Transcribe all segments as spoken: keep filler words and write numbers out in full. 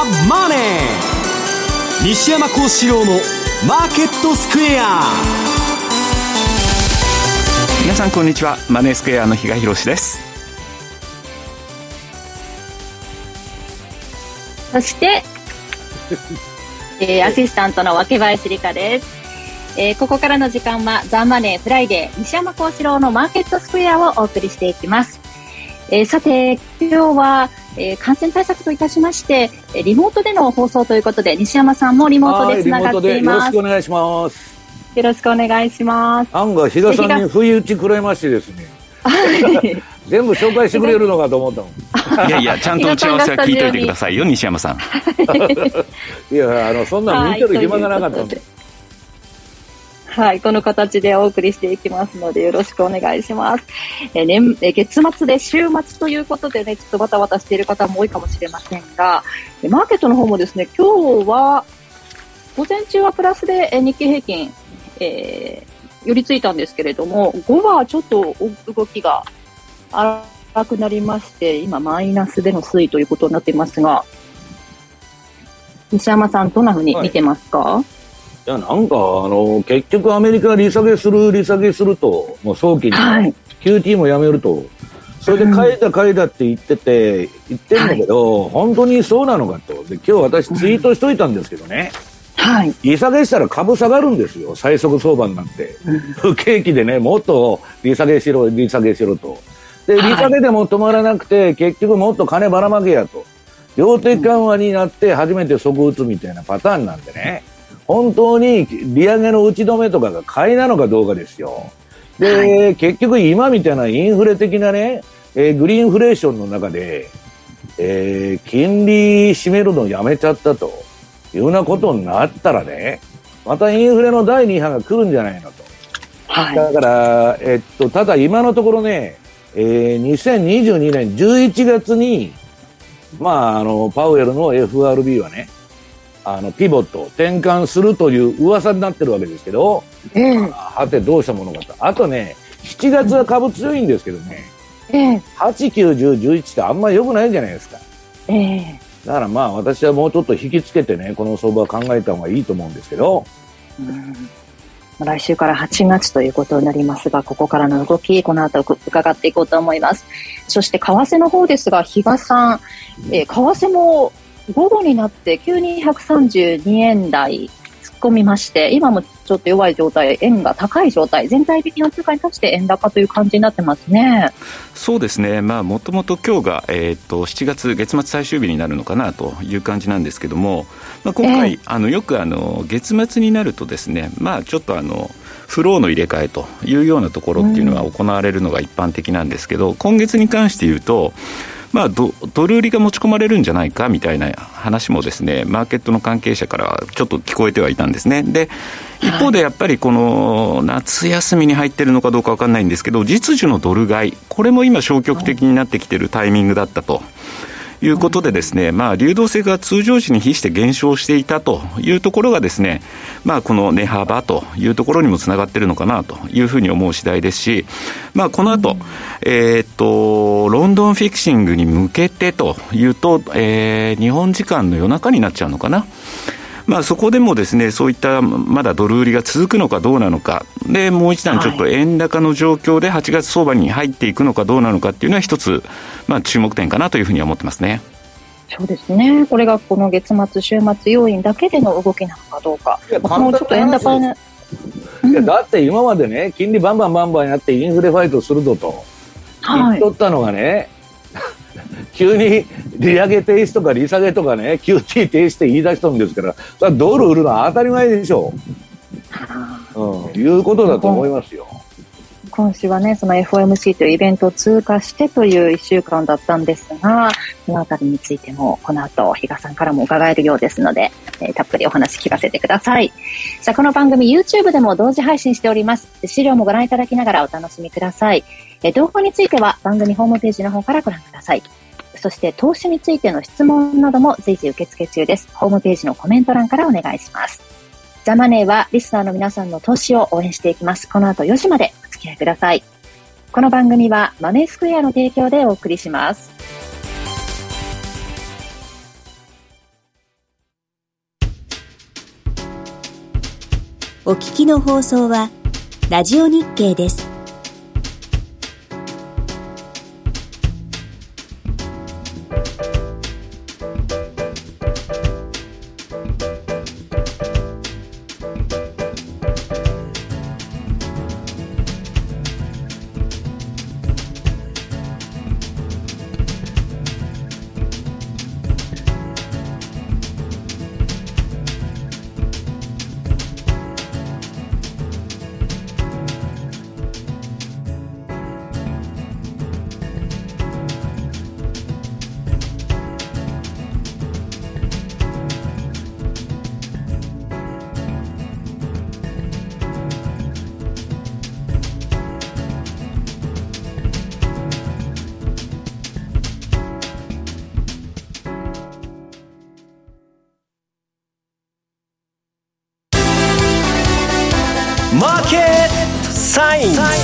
マネー。西山幸四郎のマーケットスクエア。 皆さんこんにちは。マネースクエアの比嘉宏です。 そしてえー、アシスタントの脇林理香です。えー、ここからの時間はザ・マネーフライデー西山幸四郎のマーケットスクエアをお送りしていきます。えー、さて今日は、えー、感染対策といたしましてリモートでの放送ということで、西山さんもリモートでつながっています。 よろしくお願いします。 よろしくお願いします。 案外比嘉さんに不意打ち食らいましてですね全部紹介してくれるのかと思ったもん。 いやいや、ちゃんと打ち合わせは聞いといてくださいよ、西山さん。 いや、あのそんなの見てる暇がなかったんで、 はい、この形でお送りしていきますのでよろしくお願いします。えー年えー、月末で週末ということでね、ちょっとバタバタしている方も多いかもしれませんが、マーケットの方もですね、今日は午前中はプラスでえー日経平均、えー、寄りついたんですけれども、午後はちょっと動きが荒くなりまして、今マイナスでの推移ということになっていますが、西山さんどんなふうに見てますか？はい、 いや、なんかあの結局アメリカが利下げする利下げすると、もう早期に キューティー もやめると、それで買えた買えたって言ってて言ってるんだけど、はい、本当にそうなのかと。で今日私ツイートしといたんですけどね、はい、利下げしたら株下がるんですよ、最速相場になって、不景気でね、もっと利下げしろ利下げしろと。で利下げでも止まらなくて、結局もっと金ばらまけやと、量的緩和になって初めて即打つみたいなパターンなんでね、本当に利上げの打ち止めとかが買いなのかどうかですよ。で、はい、結局今みたいなインフレ的なね、えー、グリーンフレーションの中で、えー、金利締めるのやめちゃったというようなことになったらね、またインフレのだいに波が来るんじゃないのと。はい、だから、えっと、ただ今のところね、えー、にせんにじゅうにねんじゅういちがつに、まあ、あの、パウエルの エフアールビー はね、あの、ピボット、転換するという噂になってるわけですけど、えー、はてどうしたものかと。あとね、しちがつは株強いんですけどね、えー、はち、きゅう、じゅう、じゅういちってあんまり良くないじゃないですか。えー、だからまあ、私はもうちょっと引きつけてね、この相場を考えた方がいいと思うんですけど、 うん、来週からはちがつということになりますが、ここからの動き、この後伺っていこうと思います。そして為替の方ですが、比嘉さん、えー、為替も午後になって急にひゃくさんじゅうにえん台突っ込みまして、今もちょっと弱い状態、円が高い状態、全体的な通貨に対して円高という感じになってますね。 そうですね、まあ、もともと今日が、えー、としちがつ月末最終日になるのかなという感じなんですけども、まあ、今回、えー、あのよくあの月末になるとですね、まあ、ちょっとあのフローの入れ替えというようなところっていうのは行われるのが一般的なんですけど、うん、今月に関して言うと、まあ、ド, ドル売りが持ち込まれるんじゃないかみたいな話もですね、マーケットの関係者からはちょっと聞こえてはいたんですね。で、一方でやっぱりこの夏休みに入ってるのかどうか分かんないんですけど、実需のドル買い、これも今消極的になってきているタイミングだったということでですね、まあ、流動性が通常時に比して減少していたというところがですね、まあ、この値幅というところにもつながっているのかなというふうに思う次第ですし、まあ、この後、えー、っとロンドンフィクシングに向けてというと、えー、日本時間の夜中になっちゃうのかな。まあ、そこでもですね、そういったまだドル売りが続くのかどうなのかで、もう一段ちょっと円高の状況ではちがつ相場に入っていくのかどうなのかっていうのは一つ、まあ、注目点かなというふうには思ってますね。 そうですね、これがこの月末週末要因だけでの動きなのかどうか。 いや、 もうちょっと円高ね、 いやだって今までね、金利バンバンバンバンやってインフレファイトするぞと言っとったのがね、はい、急に利上げ停止とか利下げとかね、 キューティー 停止って言い出したんですから、それはドル売るのは当たり前でしょう、うん、いうことだと思いますよ。 今週はね、その エフオーエムシー というイベントを通過してといういっしゅうかんだったんですが、そのあたりについてもこの後比嘉さんからも伺えるようですので、えー、たっぷりお話聞かせてください。さあ、この番組 YouTube でも同時配信しております。資料もご覧いただきながらお楽しみください。えー、動画については番組ホームページの方からご覧ください。そして投資についての質問なども随時受付中です。ホームページのコメント欄からお願いします。ザ・マネーはリスナーの皆さんの投資を応援していきます。この後よじまでお付き合いください。この番組はマネースクエアの提供でお送りします。 お聞きの放送はラジオ日経です。 マーケットサイン。さ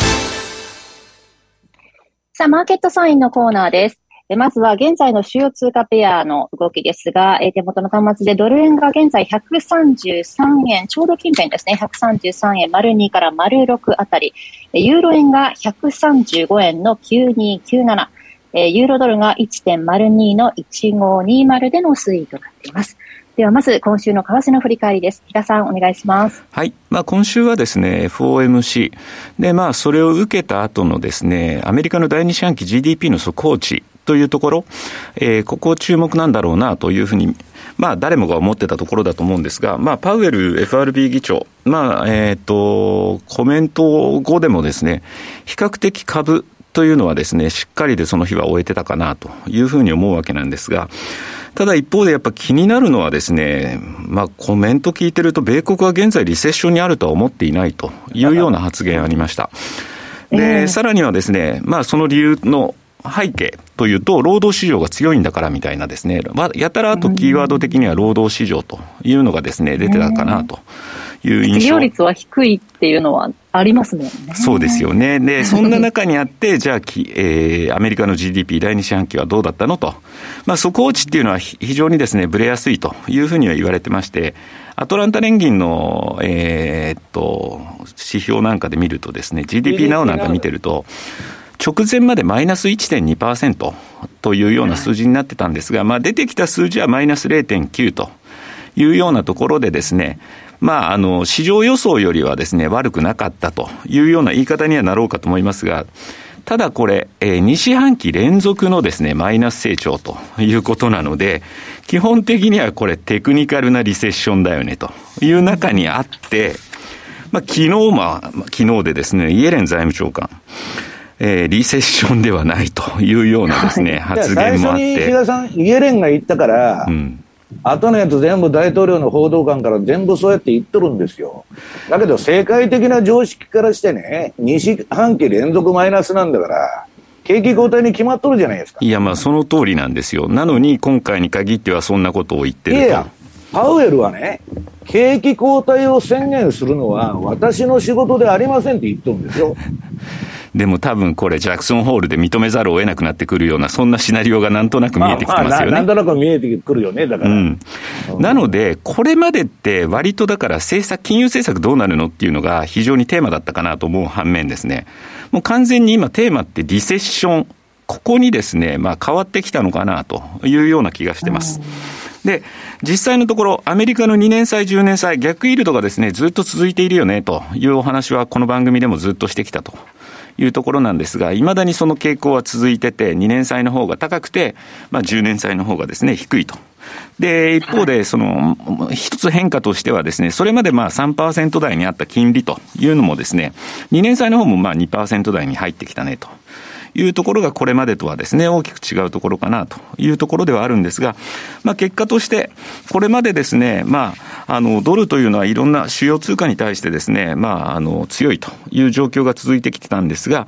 あ、マーケットサインのコーナーです。まずは現在の主要通貨ペアの動きですが、手元の端末でドル円が現在ひゃくさんじゅうさんえん、ちょうど近辺ですね、ひゃくさんじゅうさんえんまるにからまるろくあたり、ユーロ円がひゃくさんじゅうごえんのきゅうにきゅうなな、ユーロドルが いちてんまるに のいちごにまるでの推移となっています。ではまず今週の為替の振り返りです。比嘉さんお願いします。 はい。まあ今週はですね、エフオーエムシー。で、まあそれを受けた後のですね、アメリカの第二四半期 ジーディーピー の速報値というところ、えー、ここ注目なんだろうなというふうに、まあ誰もが思ってたところだと思うんですが、まあパウエル エフアールビー 議長、まあえっと、コメント後でもですね、比較的株というのはですね、しっかりでその日は終えてたかなというふうに思うわけなんですが、ただ一方でやっぱ気になるのはですね、まあコメント聞いてると米国は現在リセッションにあるとは思っていないというような発言ありました。で、えー、さらにはですね、まあその理由の背景というと労働市場が強いんだからみたいなですね、やたらあとキーワード的には労働市場というのがですね、出てたかなという印象。 失業率は低いっていうのはありますもんね。 そうですよね。で、そんな中にあって、じゃあ、えー、アメリカの ジーディーピー 第二四半期はどうだったのと。まあ、速報値っていうのは非常にですね、ブレやすいというふうには言われてまして、アトランタ連銀の、えー、っと、指標なんかで見るとですね、ジーディーピー ナウなんか見てると、直前までマイナス いってんにパーセント というような数字になってたんですが、まあ、出てきた数字はマイナス れいてんきゅう というようなところでですね、まあ、あの、市場予想よりはですね、悪くなかったというような言い方にはなろうかと思いますが、ただこれ、えー、に四半期連続のですね、マイナス成長ということなので、基本的にはこれテクニカルなリセッションだよねという中にあって、まあ、昨日、まあ、昨日でですね、イエレン財務長官、えー、リセッションではないというようなですね、発言もあって。 最初に比嘉さん、イエレンが言ったから、うん後のやつ全部大統領の報道官から全部そうやって言っとるんですよ。だけど世界的な常識からしてね、に四半期連続マイナスなんだから、景気後退に決まっとるじゃないですか。 いや、まあその通りなんですよ。なのに今回に限ってはそんなことを言ってると。いや、 パウエルはね、景気後退を宣言するのは私の仕事でありませんって言っとるんですよ。 でも多分これジャクソンホールで認めざるを得なくなってくるようなそんなシナリオがなんとなく見えてきてますよね。まあまあ、 なんとなく見えてくるよね。だから、 うんうん、なのでこれまでって割とだから政策金融政策どうなるのっていうのが非常にテーマだったかなと思う反面ですね、もう完全に今テーマってリセッション、ここにですね、まあ変わってきたのかなというような気がしてます。で、実際のところアメリカのにねん債じゅうねん債逆イールドがですねずっと続いているよねというお話はこの番組でもずっとしてきたというところなんですが、未だにその傾向は続いてて、にねん債の方が高くて、まあじゅうねん債の方がですね、低いと。で、一方で、その、一つ変化としてはですね、それまでまあ さんパーセント 台にあった金利というのもですね、にねん債の方もまあ にパーセント 台に入ってきたねと。いうところがこれまでとはですね、大きく違うところかなというところではあるんですが、まあ結果として、これまでですね、まあ、あの、ドルというのはいろんな主要通貨に対してですね、まあ、あの、強いという状況が続いてきてたんですが、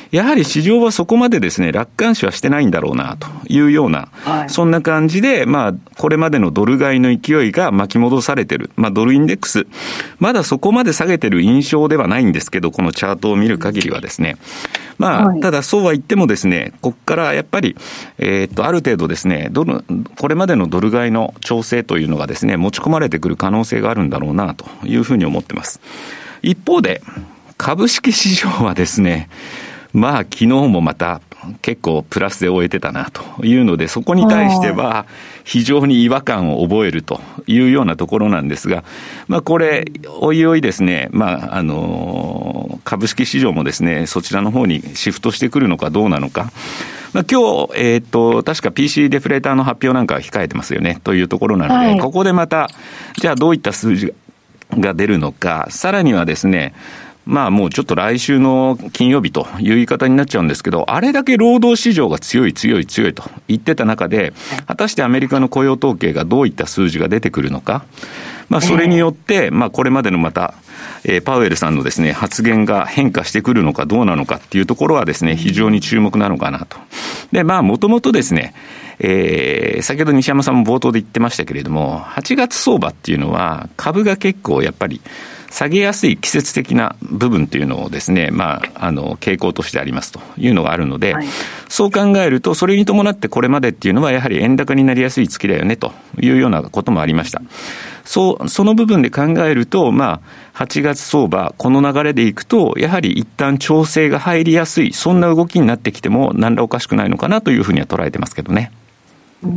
やはり市場はそこまでですね、楽観視はしてないんだろうなというような、はい、そんな感じで、まあ、これまでのドル買いの勢いが巻き戻されてる。まあ、ドルインデックス、まだそこまで下げてる印象ではないんですけど、このチャートを見る限りはですね。まあ、はい、ただそうは言ってもですね、ここからやっぱり、えー、っと、ある程度ですね、ドル、これまでのドル買いの調整というのがですね、持ち込まれてくる可能性があるんだろうなというふうに思ってます。一方で、株式市場はですね、まあ昨日もまた結構プラスで終えてたなというので、そこに対しては非常に違和感を覚えるというようなところなんですが、まあこれおいおいですね、まああの株式市場もですね、そちらの方にシフトしてくるのかどうなのか。まあ、今日、えっと、確か ピーシー デフレーターの発表なんかは控えてますよねというところなので、はい、ここでまたじゃあどういった数字が出るのか、さらにはですね、まあもうちょっと来週の金曜日という言い方になっちゃうんですけど、あれだけ労働市場が強い強い強いと言ってた中で、果たしてアメリカの雇用統計がどういった数字が出てくるのか、まあそれによって、まあこれまでのまた、えー、パウエルさんのですね、発言が変化してくるのかどうなのかっていうところはですね、非常に注目なのかなと。で、まあもともとですね、えー、先ほど西山さんも冒頭で言ってましたけれども、はちがつ相場っていうのは株が結構やっぱり下げやすい季節的な部分というのをですね、まあ、あの、傾向としてありますというのがあるので、はい、そう考えると、それに伴ってこれまでっていうのはやはり円高になりやすい月だよねというようなこともありました。そう、その部分で考えると、まあ、はちがつ相場、この流れでいくと、やはり一旦調整が入りやすい、そんな動きになってきても何らおかしくないのかなというふうには捉えてますけどね。 うん、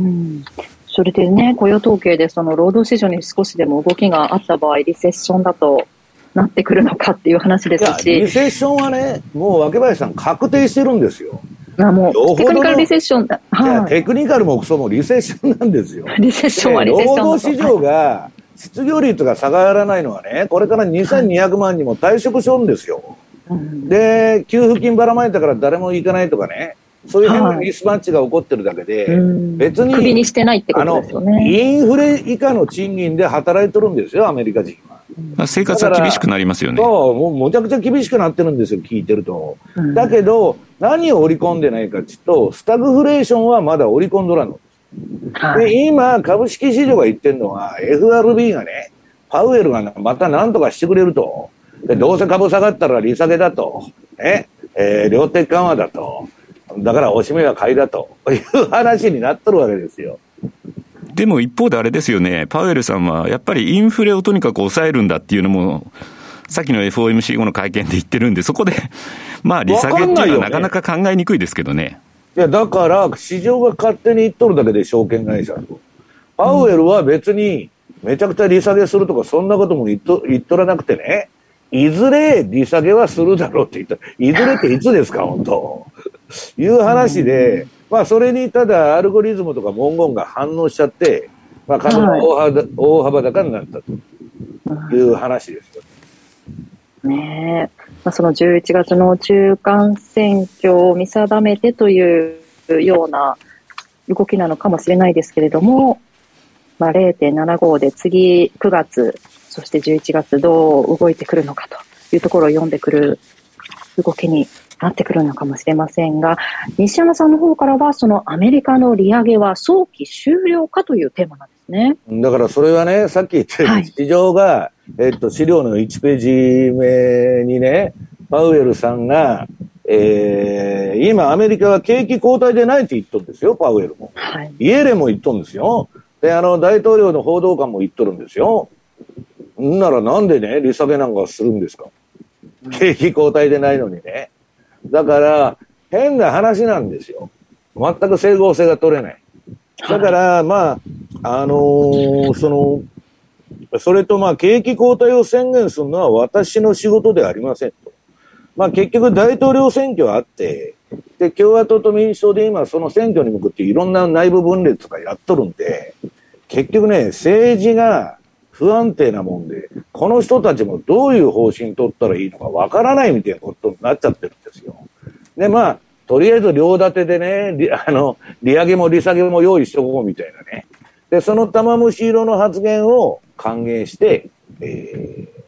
それでね、雇用統計でその労働市場に少しでも動きがあった場合、リセッションだとなってくるのかっていう話ですし、 リセッションはね、もう若林さん確定してるんですよ。 あ、もうテクニカルリセッションだ、 はい、いやテクニカルもクソもリセッションなんですよ。 リセッションはリセッションだと。 労働市場が失業率が下がらないのはね、これからにせんにひゃくまんにも退職しようんですよ、はい、で給付金ばらまいたから誰も行かないとかね、そういう変なミスマッチが起こってるだけで、はい、別にクビにしてないってことですよね。 インフレ以下の賃金で働いてるんですよ、アメリカ人は。 生活は厳しくなりますよね。 そう、もうむちゃくちゃ厳しくなってるんですよ、聞いてると、うん、だけど何を織り込んでないかっていうと、スタグフレーションはまだ織り込んどらんの、はい、で今株式市場が言ってるのは エフアールビー がね、パウエルがまた何とかしてくれると、でどうせ株下がったら利下げだと、ね、えー、量的緩和だと、だからおしめは買いだという話になってるわけですよ。 でも一方であれですよね、パウエルさんはやっぱりインフレをとにかく抑えるんだっていうのもさっきの エフオーエムシー 後の会見で言ってるんで、そこでまあ利下げっていうのはなかなか考えにくいですけどね。 いやだから市場が勝手に言っとるだけで、証券会社とパウエルは別にめちゃくちゃ利下げするとかそんなことも言っと、言っとらなくてね、いずれ利下げはするだろうって言った。いずれっていつですか本当いう話で、まあそれにただアルゴリズムとか文言が反応しちゃって、まあ株が大幅、はい、大幅高になったという話ですよね。え、まあ、そのじゅういちがつの中間選挙を見定めてというような動きなのかもしれないですけれども、まあ、れいてんななご で次くがつ、そしてじゅういちがつどう動いてくるのかというところを読んでくる動きになってくるのかもしれませんが、西山さんの方からはそのアメリカの利上げは早期終了かというテーマなんですね。 だからそれはね、さっき言ったように市場が、はい、えっと、資料のいちページ目にね、パウエルさんが、えー、今アメリカは景気後退でないって言っとるんですよ、パウエルも。はい、イエレンも言っとるんですよ。で、あの、大統領の報道官も言っとるんですよ。んならなんでね、利下げなんかするんですか。景気後退でないのにね。だから、変な話なんですよ。全く整合性が取れない。だから、まあ、あのー、その、それとまあ、景気後退を宣言するのは私の仕事ではありませんと。まあ、結局大統領選挙あって、で、共和党と民主党で今その選挙に向けていろんな内部分裂とかやっとるんで、結局ね、政治が不安定なもんで、この人たちもどういう方針取ったらいいのかわからないみたいなことになっちゃってるんですよ。で、まあ、とりあえず両立てでね、あの、利上げも利下げも用意しとこうみたいなね。で、その玉虫色の発言を歓迎して、えー、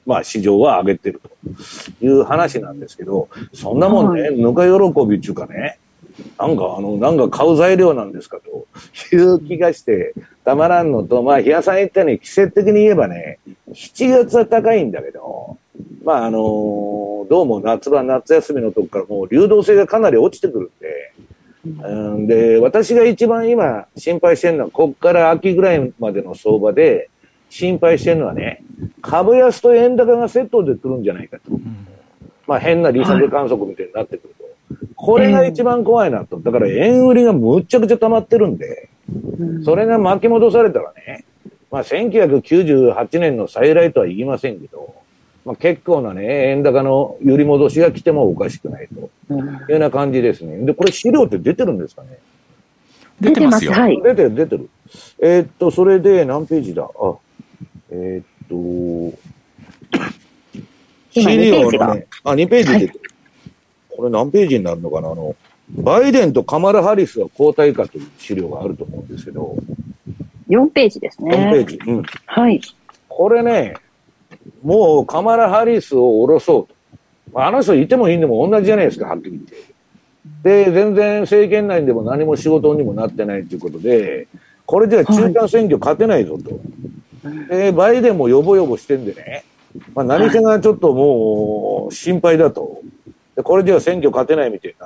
まあ市場は上げてるという話なんですけど、そんなもんね、ぬか喜びっていうかね、なんかあの、なんか買う材料なんですかという気がしてたまらんのと、まあ、日野さん言ったように季節的に言えばね、しちがつは高いんだけど、まああのー、どうも夏場、夏休みのとこからもう流動性がかなり落ちてくるんで、うん、で、私が一番今心配してるのは、こっから秋ぐらいまでの相場で心配してるのはね、株安と円高がセットで来るんじゃないかと。まあ変な利下げ観測みたいになってくると。これが一番怖いなと。だから円売りがむっちゃくちゃ溜まってるんで、それが巻き戻されたらね、まあせんきゅうひゃくきゅうじゅうはちねんの再来とは言いませんけど、まあ結構なね、円高の揺り戻しが来てもおかしくないというような感じですね。で、これ資料って出てるんですかね？ 出てますよ。 はい、 出てる、出てる。えー、っと、それで何ページだ？あ、えー、っと、資料のね、あ、にページ出てる。はい、これ何ページになるのかな？あの、バイデンとカマラ・ハリスは交代かという資料があると思うんですけど。 よんページですね。 よんページ。うん。 はい。 これね、もうカマラ・ハリスを下ろそうと。あの人いてもいいんでも同じじゃないですか、はっきり言って。で、全然政権内でも何も仕事にもなってないということで、これじゃ中間選挙勝てないぞと。はい、で、バイデンもヨボヨボしてんでね、まあ、何せがちょっともう心配だと。で、これでは選挙勝てないみたいになって、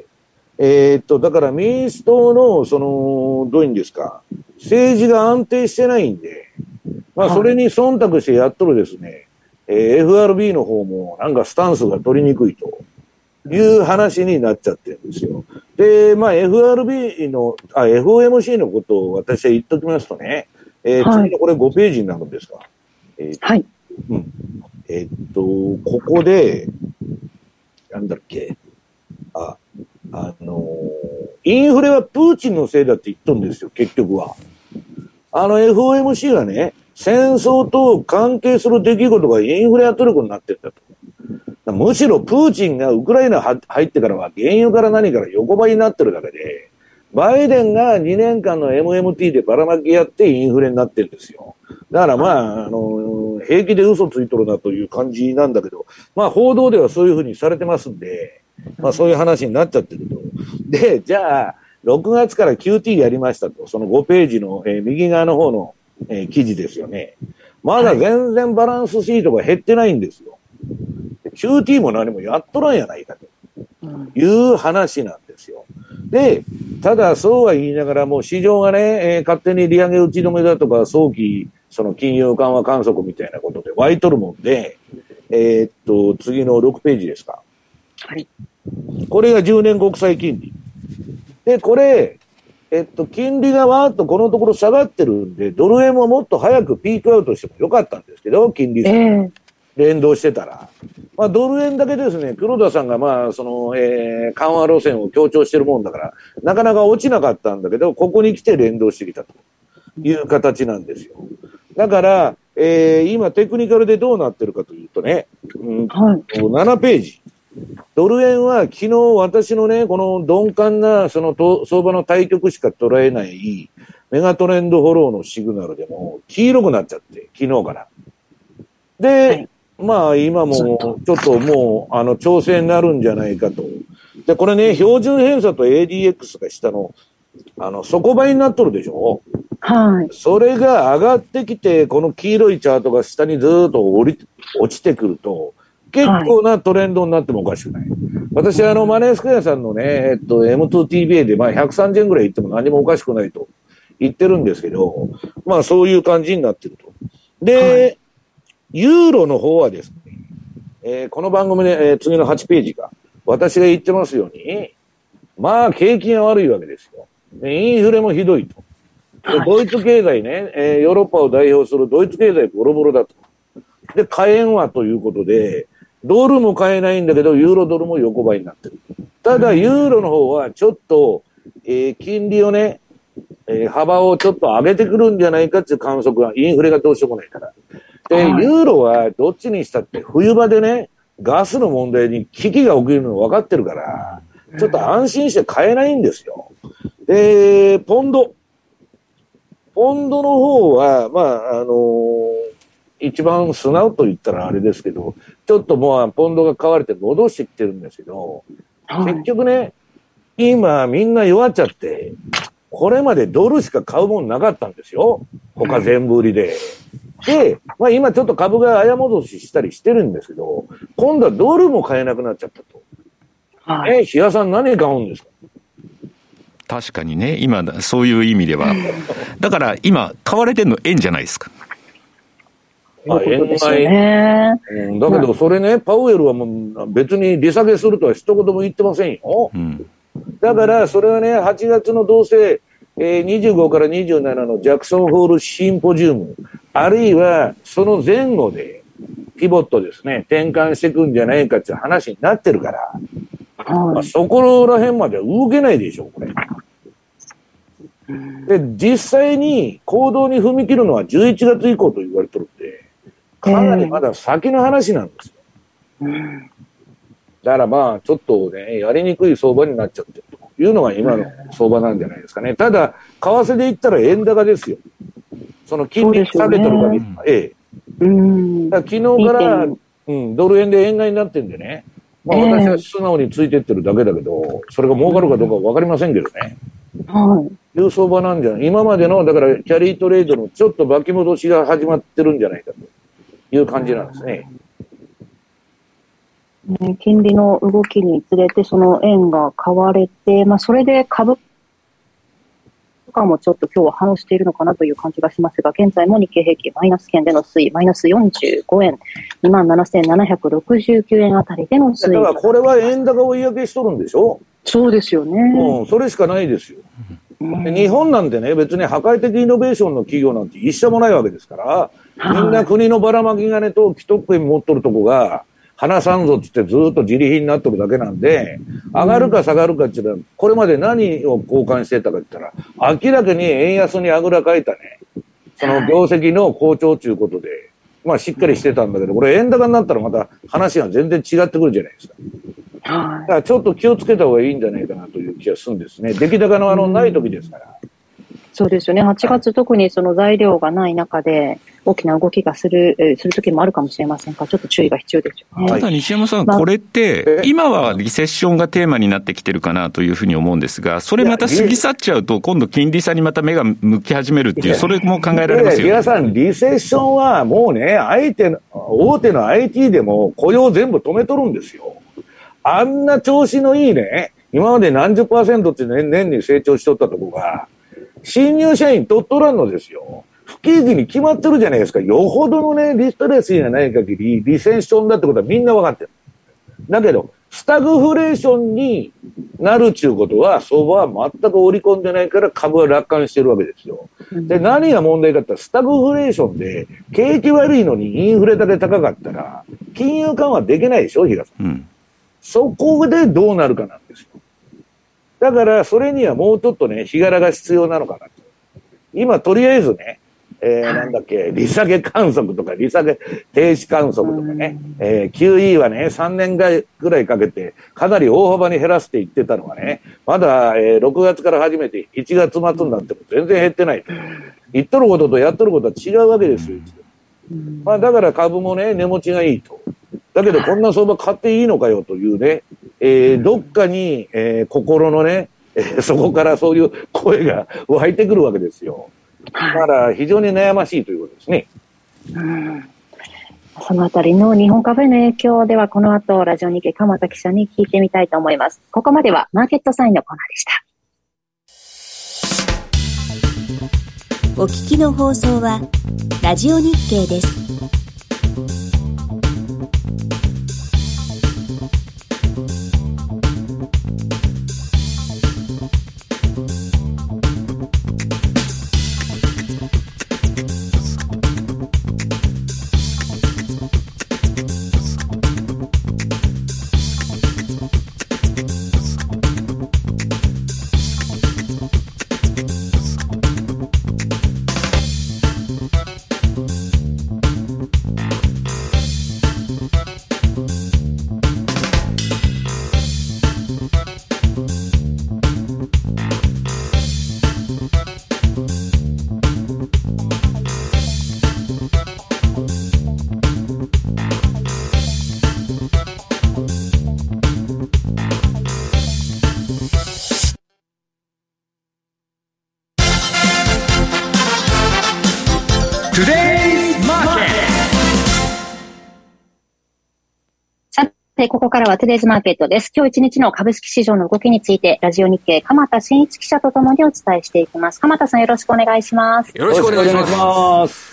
えー、っと、だから民主党の、その、どういうんですか、政治が安定してないんで、まあ、それに忖度してやっとるですね、えー、エフアールビー の方もなんかスタンスが取りにくいという話になっちゃってるんですよ。で、まあ、エフアールビー の、あ、エフオーエムシー のことを私は言っときますとね、えー、次のこれごページになるんですか。えー、 はい。 うん。えー、っと、ここで、なんだっけ、あ、あのー、インフレはプーチンのせいだって言っとるんですよ、結局は。あの エフオーエムシー はね、戦争と関係する出来事がインフレ圧力になってんだと。むしろプーチンがウクライナ入ってからは原油から何から横ばいになってるだけで、バイデンがにねんかんの エムエムティー でばらまきやってインフレになってるんですよ。だからまあ、あの、平気で嘘ついとるなという感じなんだけど、まあ報道ではそういうふうにされてますんで、まあそういう話になっちゃってると。で、じゃあ、ろくがつから キューティー やりましたと、そのごページの、えー、右側の方の、えー、記事ですよね。まだ全然バランスシートが減ってないんですよ。キューティー も何もやっとらんやないかという話なんですよ。で、ただそうは言いながらも市場がね、えー、勝手に利上げ打ち止めだとか早期その金融緩和観測みたいなことで湧いとるもんで、えー、っと、次のろくページですか。 はい。 これがじゅうねん国債金利。で、これ、えっと、金利がわーっとこのところ下がってるんで、ドル円ももっと早くピークアウトしてもよかったんですけど、金利差、えー、連動してたら。まあ、ドル円だけですね、黒田さんがまあ、その、えー、緩和路線を強調してるもんだから、なかなか落ちなかったんだけど、ここに来て連動してきたという形なんですよ。だから、えー、今テクニカルでどうなってるかというとね、うんはい、ななページ。ドル円は昨日私のね、この鈍感なその相場の対局しか捉えないメガトレンドフォローのシグナルでも黄色くなっちゃって、昨日から。で、はい、まあ今もちょっともうあの調整になるんじゃないかと。で、これね、標準偏差と エーディーエックス が下のあの底倍になっとるでしょ。はい。それが上がってきて、この黄色いチャートが下にずーっと降り、落ちてくると、結構なトレンドになってもおかしくない。はい、私、あの、マネースクエアさんのね、えっと、エムツーティービーエー で、まあ、ひゃくさんじゅうえんぐらい行っても何もおかしくないと言ってるんですけど、まあ、そういう感じになってると。で、はい、ユーロの方はですね、えー、この番組で、えー、次のはちページが、私が言ってますように、まあ、景気が悪いわけですよ。インフレもひどいと。でドイツ経済ね、えー、ヨーロッパを代表するドイツ経済ボロボロだと。で、買えんわということで、ドルも買えないんだけど、ユーロドルも横ばいになってる。ただ、ユーロの方はちょっと、えー、金利をね、えー、幅をちょっと上げてくるんじゃないかっていう観測が、インフレがどうしようもないから。で、はい、ユーロはどっちにしたって冬場でね、ガスの問題に危機が起きるの分かってるから、ちょっと安心して買えないんですよ。で、ポンド。ポンドの方は、まあ、あのー、 一番素直と言ったらあれですけど、ちょっともうポンドが買われて戻してきてるんですけど、はい、結局ね、今みんな弱っちゃって、これまでドルしか買うもんなかったんですよ。他全部売りで。で、まあ今ちょっと株が早戻ししたりしてるんですけど、今度はドルも買えなくなっちゃったと。はい、え、比嘉さん何買うんですか？ 確かにね、今、そういう意味では。だから今、買われてるの円じゃないですか。 あ、円買い。うん、だけどそれね、パウエルはもう別に利下げするとは一言も言ってませんよ。うん、だからそれはね、はちがつのどうせ、えー、にじゅうごからにじゅうななのジャクソンホールシンポジウム、あるいはその前後でピボットですね、転換していくんじゃないかっていう話になってるから、まあ、そこら辺までは動けないでしょ、これ。で、実際に行動に踏み切るのはじゅういちがつ以降と言われてるんで、かなりまだ先の話なんですよ。だからまあ、ちょっとね、やりにくい相場になっちゃってるというのが今の相場なんじゃないですかね。ただ、為替で言ったら円高ですよ。その金利下げてる限り、ええ。うんだから昨日から、うん、ドル円で円買いになってるんでね。まあ私は素直についてってるだけだけど、それが儲かるかどうかわかりませんけどね。はい。いう相場なんじゃない。今までの、だからキャリートレードのちょっと巻き戻しが始まってるんじゃないかという感じなんですね。 ね、金利の動きにつれてその円が買われて、まあそれで株価もちょっと今日は反応しているのかなという感じがしますが、現在も日経平均マイナス圏での推移、マイナスよんじゅうごえん、にまんななせんななひゃくろくじゅうきゅうえんあたりでの推移。 だからこれは円高追い上げしとるんでしょ？ そうですよね。 うん、それしかないですよ。で日本なんてね、別に破壊的イノベーションの企業なんて一社もないわけですから、みんな国のばらまき金と既得権持っとるとこが、離さんぞってってずっと自利品になっとるだけなんで、上がるか下がるかっていうのは、これまで何を交換してたかって言ったら、明らかに円安にあぐらかいたね、その業績の好調ということで、まあしっかりしてたんだけど、これ円高になったらまた話が全然違ってくるじゃないですか。だからちょっと気をつけた方がいいんじゃないかなという気がするんですね。出来高のあのない時ですから。 そうですよね。はちがつ、特にその材料がない中で大きな動きがする、えー、する時もあるかもしれませんが、ちょっと注意が必要ですよね。 ただ西山さん、まあ、これって、今はリセッションがテーマになってきてるかなというふうに思うんですが、それまた過ぎ去っちゃうと、今度金利差にまた目が向き始めるっていう、それも考えられますよね。 皆さん、リセッションはもうね、相手の、大手の アイティー でも雇用全部止めとるんですよ。あんな調子のいいね、今まで何十パーセントって年、年に成長しとったとこが、新入社員取っとらんのですよ。不景気に決まってるじゃないですか。よほどのね、リストレスがない限り、リセッションだってことはみんな分かってる。だけど、スタグフレーションになるっていうことは、相場は全く織り込んでないから株は楽観してるわけですよ。で、何が問題かって言ったら、スタグフレーションで、景気悪いのにインフレだけ高かったら、金融緩和できないでしょ、比嘉さん。うん、そこでどうなるかなんですよ。だから、それにはもうちょっとね、日柄が必要なのかなと。今、とりあえずね、えー、なんだっけ、利下げ観測とか、利下げ停止観測とかね、えー、キューイー はね、さんねんぐらいかけて、かなり大幅に減らしていってたのがね、まだ、えー、ろくがつから始めて、いちがつ末になっても全然減ってない。言っとることとやっとることは違うわけですよ。まあ、だから株もね、値持ちがいいと。だけど、こんな相場買っていいのかよというね、えー、どっかに、えー、心のね、えー、そこからそういう声が湧いてくるわけですよ。だから非常に悩ましいということですね。 うん、そのあたりの日本株への影響では、この後ラジオ日経鎌田記者に聞いてみたいと思います。ここまではマーケットサインのコーナーでした。お聞きの放送はラジオ日経です。 て、ここからはトゥデイズマーケットです。今日一日の株式市場の動きについて、ラジオ日経鎌田新一記者とともにお伝えしていきます。鎌田さん、よろしくお願いします。 よろしくお願いします。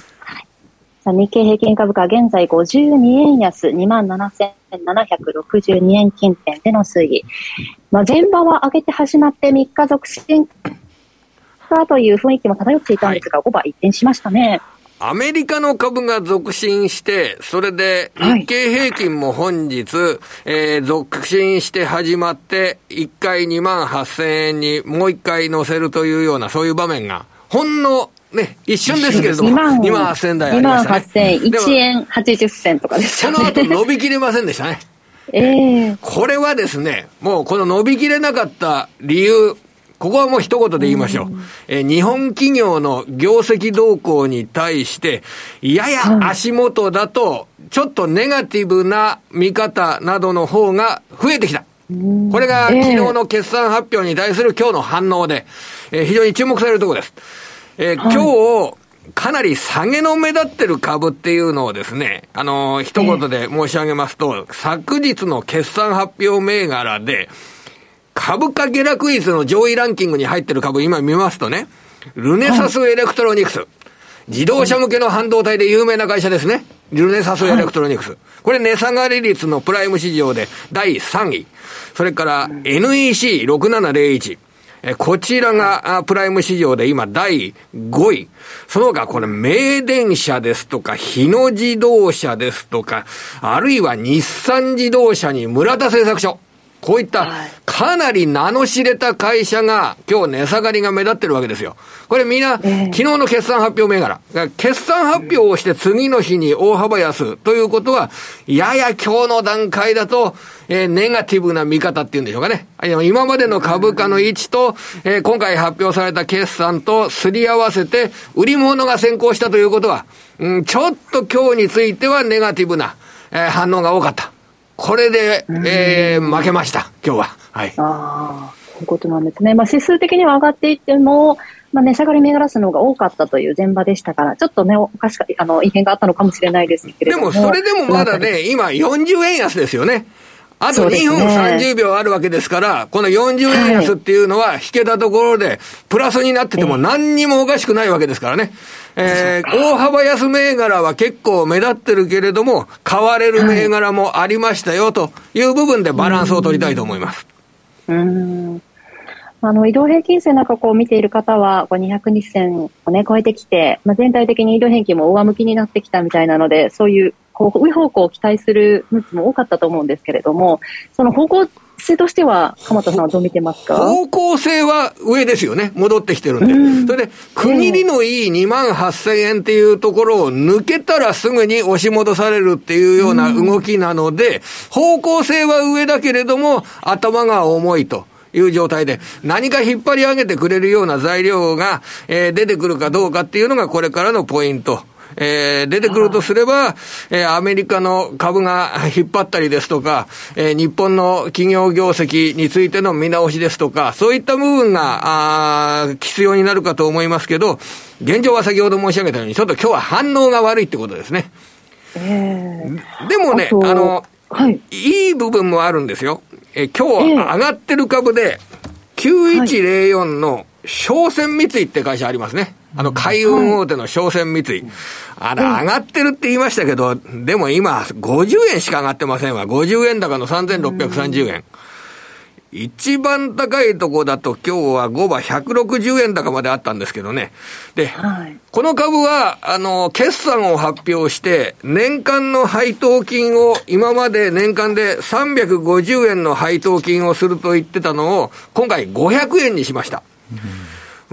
はい、さあ日経平均株価、現在ごじゅうにえん安、にまんななせんななひゃくろくじゅうにえん近辺での推移。まあ、前場は上げて始まってみっか続伸かという雰囲気も漂っていたんですが、はい、ごば一転しましたね。 アメリカの株が続伸して、それで日経平均も本日、はい、えー、続伸して始まって、いっかいにまんはっせんえんにもういっかい乗せるというような、そういう場面が、ほんのね、一瞬ですけれども、にまんはっせん台ありましたね。 にまんはっせん、いちえんはちじゅっせんとかですよね。 その後伸びきれませんでしたね。 えー、 これはですね、もうこの伸びきれなかった理由、ここはもう一言で言いましょう。え日本企業の業績動向に対して、やや足元だと、ちょっとネガティブな見方などの方が増えてきた。これが昨日の決算発表に対する今日の反応で、えー、非常に注目されるところです。えー、今日、かなり下げの目立ってる株っていうのをですね、あのー、一言で申し上げますと、昨日の決算発表銘柄で、株価下落率の上位ランキングに入ってる株、今見ますとね、ルネサスエレクトロニクス。自動車向けの半導体で有名な会社ですね。ルネサスエレクトロニクス。これ値下がり率のプライム市場でだいさんい。それから エヌイーシーろくななぜろいち。こちらがプライム市場で今だいごい。その他これ名電車ですとか日野自動車ですとか、あるいは日産自動車に村田製作所。こういったかなり名の知れた会社が今日値下がりが目立ってるわけですよ。これみんな昨日の決算発表銘柄。決算発表をして次の日に大幅安ということは、やや今日の段階だと、えー、ネガティブな見方っていうんでしょうかね。今までの株価の位置と、えー、今回発表された決算とすり合わせて売り物が先行したということは、うん、ちょっと今日についてはネガティブな、えー、反応が多かった。これで、えー、負けました、今日は。はい。 ああ、そういうことなんですね。まあ、指数的には上がっていっても、まあ、値下がり銘柄数の方が多かったという前場でしたから、ちょっとね、おかしか、あの、異変があったのかもしれないですけれども。 でも、それでもまだね、今よんじゅうえん安ですよね。あとにふんさんじゅうびょうあるわけですから、このよんじゅうえん安っていうのは引けたところで、プラスになってても何にもおかしくないわけですからね。えー、大幅安銘柄は結構目立ってるけれども、買われる銘柄もありましたよという部分でバランスを取りたいと思います。 うーん。あの、移動平均線なんかこう見ている方は、こうにひゃくにち線をね、超えてきて、まあ、全体的に移動平均も上向きになってきたみたいなので、そういう、こう、上方向を期待する向きも多かったと思うんですけれども、その方向性としては、鎌田さんはどう見てますか？ 方向性は上ですよね。戻ってきてるんで。うん、それで、区切りのいいにまんはっせんえんっていうところを抜けたらすぐに押し戻されるっていうような動きなので、方向性は上だけれども、頭が重いという状態で、何か引っ張り上げてくれるような材料が、えー、出てくるかどうかっていうのがこれからのポイント。えー、出てくるとすれば、えー、アメリカの株が引っ張ったりですとか、えー、日本の企業業績についての見直しですとか、そういった部分が、あ必要になるかと思いますけど、現状は先ほど申し上げたように、ちょっと今日は反応が悪いってことですね。 えー、でもね、あ, あの、はい、いい部分もあるんですよ。えー、今日上がってる株で、きゅういちぜろよんの商船三井って会社ありますね。あの、海運大手の商船三井。あれ、上がってるって言いましたけど、でも今、ごじゅうえんしか上がってませんわ。ごじゅうえん高のさんぜんろっぴゃくさんじゅうえん。一番高いとこだと今日はごばひゃくろくじゅうえん高まであったんですけどね。で、はい、この株は、あの、決算を発表して、年間の配当金を、今まで年間でさんびゃくごじゅうえんの配当金をすると言ってたのを、今回ごひゃくえんにしました。うん、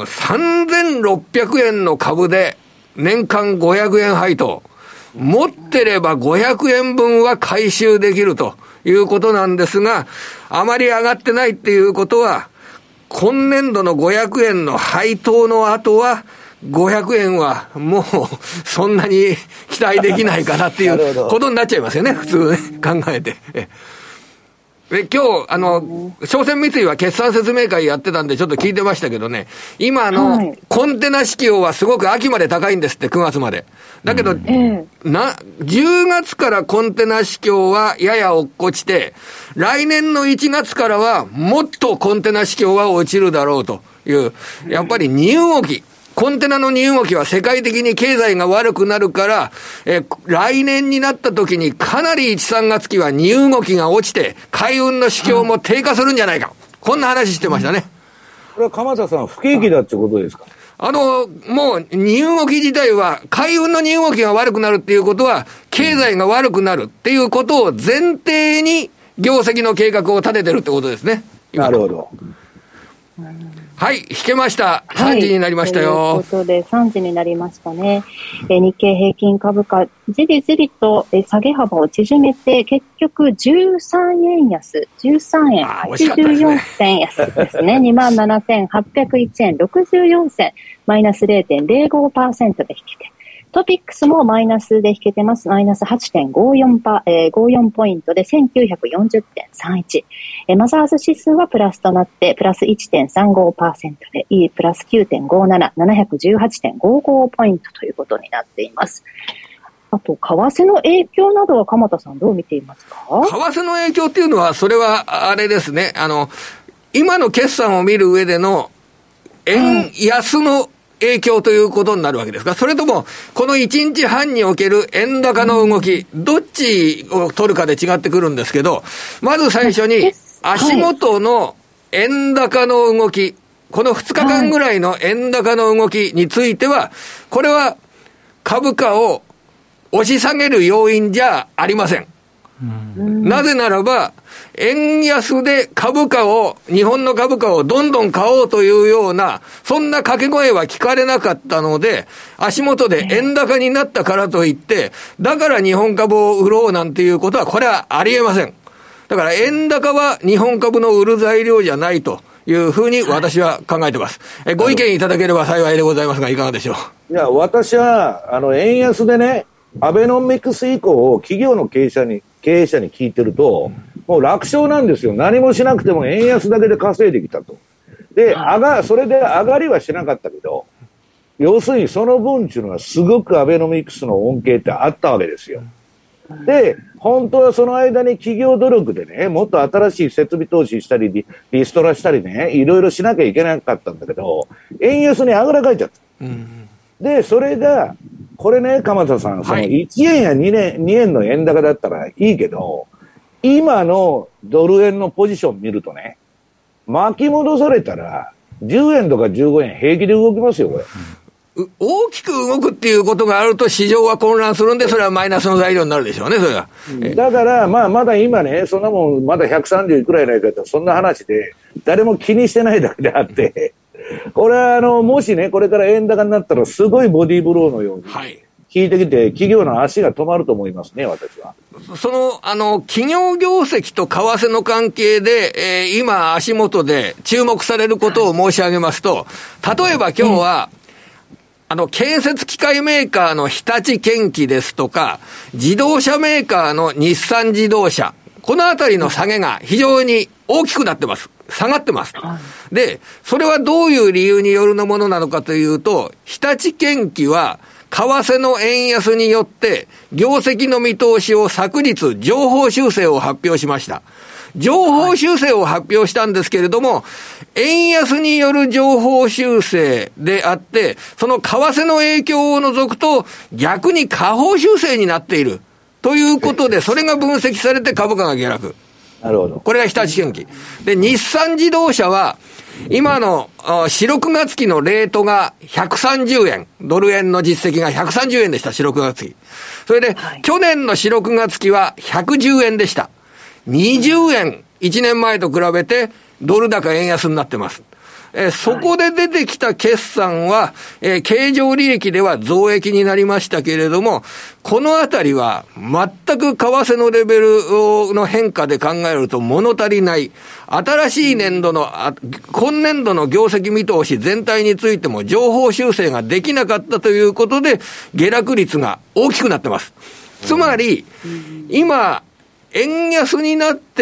さんぜんろっぴゃくえんの株で年間ごひゃくえん配当。持ってればごひゃくえんぶんは回収できるということなんですが、あまり上がってないっていうことは、今年度のごひゃくえんの配当の後は、ごひゃくえんはもうそんなに期待できないかなっていうことになっちゃいますよね、普通ね、考えて。 で、今日、あの、商船三井は決算説明会やってたんでちょっと聞いてましたけどね、今の、はい、コンテナ市況はすごく秋まで高いんですって、くがつまで。だけど、うん、な、じゅうがつからコンテナ市況はやや落っこちて、来年のいちがつからはもっとコンテナ市況は落ちるだろうという、やっぱり荷動き。コンテナの荷動きは世界的に経済が悪くなるから、え来年になった時にかなりいち、さんがつ期は荷動きが落ちて、海運の市況も低下するんじゃないか。こんな話してましたね。 これは鎌田さん、不景気だってことですか？ あの、もう、荷動き自体は、海運の荷動きが悪くなるっていうことは、経済が悪くなるっていうことを前提に、業績の計画を立ててるってことですね。 なるほど。 はい、引けました。さんじになりましたよ。 はい、ということで、さんじになりましたね。えー、日経平均株価、じりじりと、えー、下げ幅を縮めて、結局じゅうさんえん安、じゅうさんえんはちじゅうよんせん安ですね。にまんななせんはっぴゃくいちえんろくじゅうよんせん、マイナス れいてんぜろごパーセント で引けて、トピックスもマイナスで引けてます。マイナス はちてんごよん パ、えー、ごじゅうよんポイントで せんきゅうひゃくよんじゅってんさんいち。えー、マザーズ指数はプラスとなって、プラス いってんさんごパーセント で、E プラス きゅうてんごなな、ななひゃくじゅうはちてんごごポイントということになっています。あと、為替の影響などは鎌田さんどう見ていますか？ 為替の影響っていうのは、それはあれですね。あの、今の決算を見る上での、円安の、うん影響ということになるわけですか？それとも、このいちにちはんにおける円高の動き、どっちを取るかで違ってくるんですけど、まず最初に、足元の円高の動き、このふつかかんぐらいの円高の動きについては、これは株価を押し下げる要因じゃありません。なぜならば、円安で株価を、日本の株価をどんどん買おうというような、そんな掛け声は聞かれなかったので、足元で円高になったからといって、だから日本株を売ろうなんていうことは、これはありえません。だから円高は日本株の売る材料じゃないというふうに私は考えてます。えご意見いただければ幸いでございますが、いかがでしょう？ いや、私は、あの、円安でね、アベノミクス以降、企業の経営者に、経営者に聞いてると、もう楽勝なんですよ。何もしなくても円安だけで稼いできたと。で、上が、それで上がりはしなかったけど、要するにその分っていうのはすごくアベノミクスの恩恵ってあったわけですよ。で、本当はその間に企業努力でね、もっと新しい設備投資したり、リ, リストラしたりね、いろいろしなきゃいけなかったんだけど、円安にあぐらかいちゃった。うん、で、それが、これね、鎌田さん、そのいちえんやにえん、にえんの円高だったらいいけど、今のドル円のポジション見るとね、巻き戻されたら、じゅうえんとかじゅうごえん平気で動きますよ、これ。 大きく動くっていうことがあると市場は混乱するんで、それはマイナスの材料になるでしょうね、それが。 だから、まあ、まだ今ね、そんなもん、まだひゃくさんじゅういくらいないかと、そんな話で、誰も気にしてないだけであって、これは、あの、もしね、これから円高になったら、すごいボディーブローのように、効いてきて、企業の足が止まると思いますね、私は。 その、あの、企業業績と為替の関係で、えー、今、足元で注目されることを申し上げますと、例えば今日は、あの、建設機械メーカーの日立建機ですとか、自動車メーカーの日産自動車、このあたりの下げが非常に大きくなってます。下がってます。で、それはどういう理由によるのものなのかというと、日立建機は、為替の円安によって、業績の見通しを昨日、上方修正を発表しました。上方修正を発表したんですけれども、円安による上方修正であって、その為替の影響を除くと、逆に下方修正になっている。ということで、それが分析されて株価が下落。 なるほど。 これが日立建機。で、日産自動車は、今のよん、ろくがつ期のレートがひゃくさんじゅうえん。ドル円の実績がひゃくさんじゅうえんでした、よん、ろくがつ期。それで、はい、去年のよん、ろくがつ期はひゃくじゅうえんでした。にじゅうえん、いちねんまえと比べて、ドル高円安になってます。えー、そこで出てきた決算は、えー、経常利益では増益になりましたけれども、このあたりは全く為替のレベルの変化で考えると物足りない。新しい年度の、今年度の業績見通し全体についても上方修正ができなかったということで、下落率が大きくなってます。つまり、今、円安になって、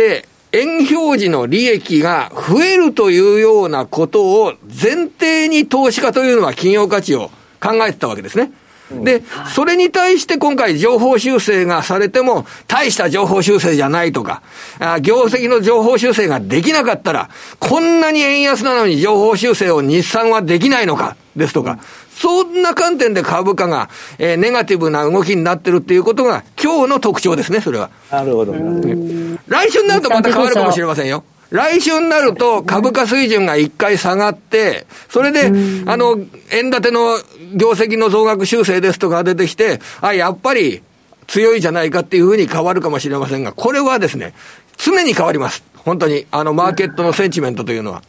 円表示の利益が増えるというようなことを前提に投資家というのは企業価値を考えてたわけですね。で、それに対して今回情報修正がされても、大した情報修正じゃないとか、あ業績の情報修正ができなかったら、こんなに円安なのに情報修正を日産はできないのか、ですとか、うん、そんな観点で株価が、えー、ネガティブな動きになってるっていうことが、今日の特徴ですね、それは。 なるほど。 来週になるとまた変わるかもしれませんよ。来週になると株価水準が一回下がって、それで、あの、円建ての業績の増額修正ですとか出てきて、あ、やっぱり強いじゃないかっていうふうに変わるかもしれませんが、これはですね、常に変わります。本当に。あの、マーケットのセンチメントというのは。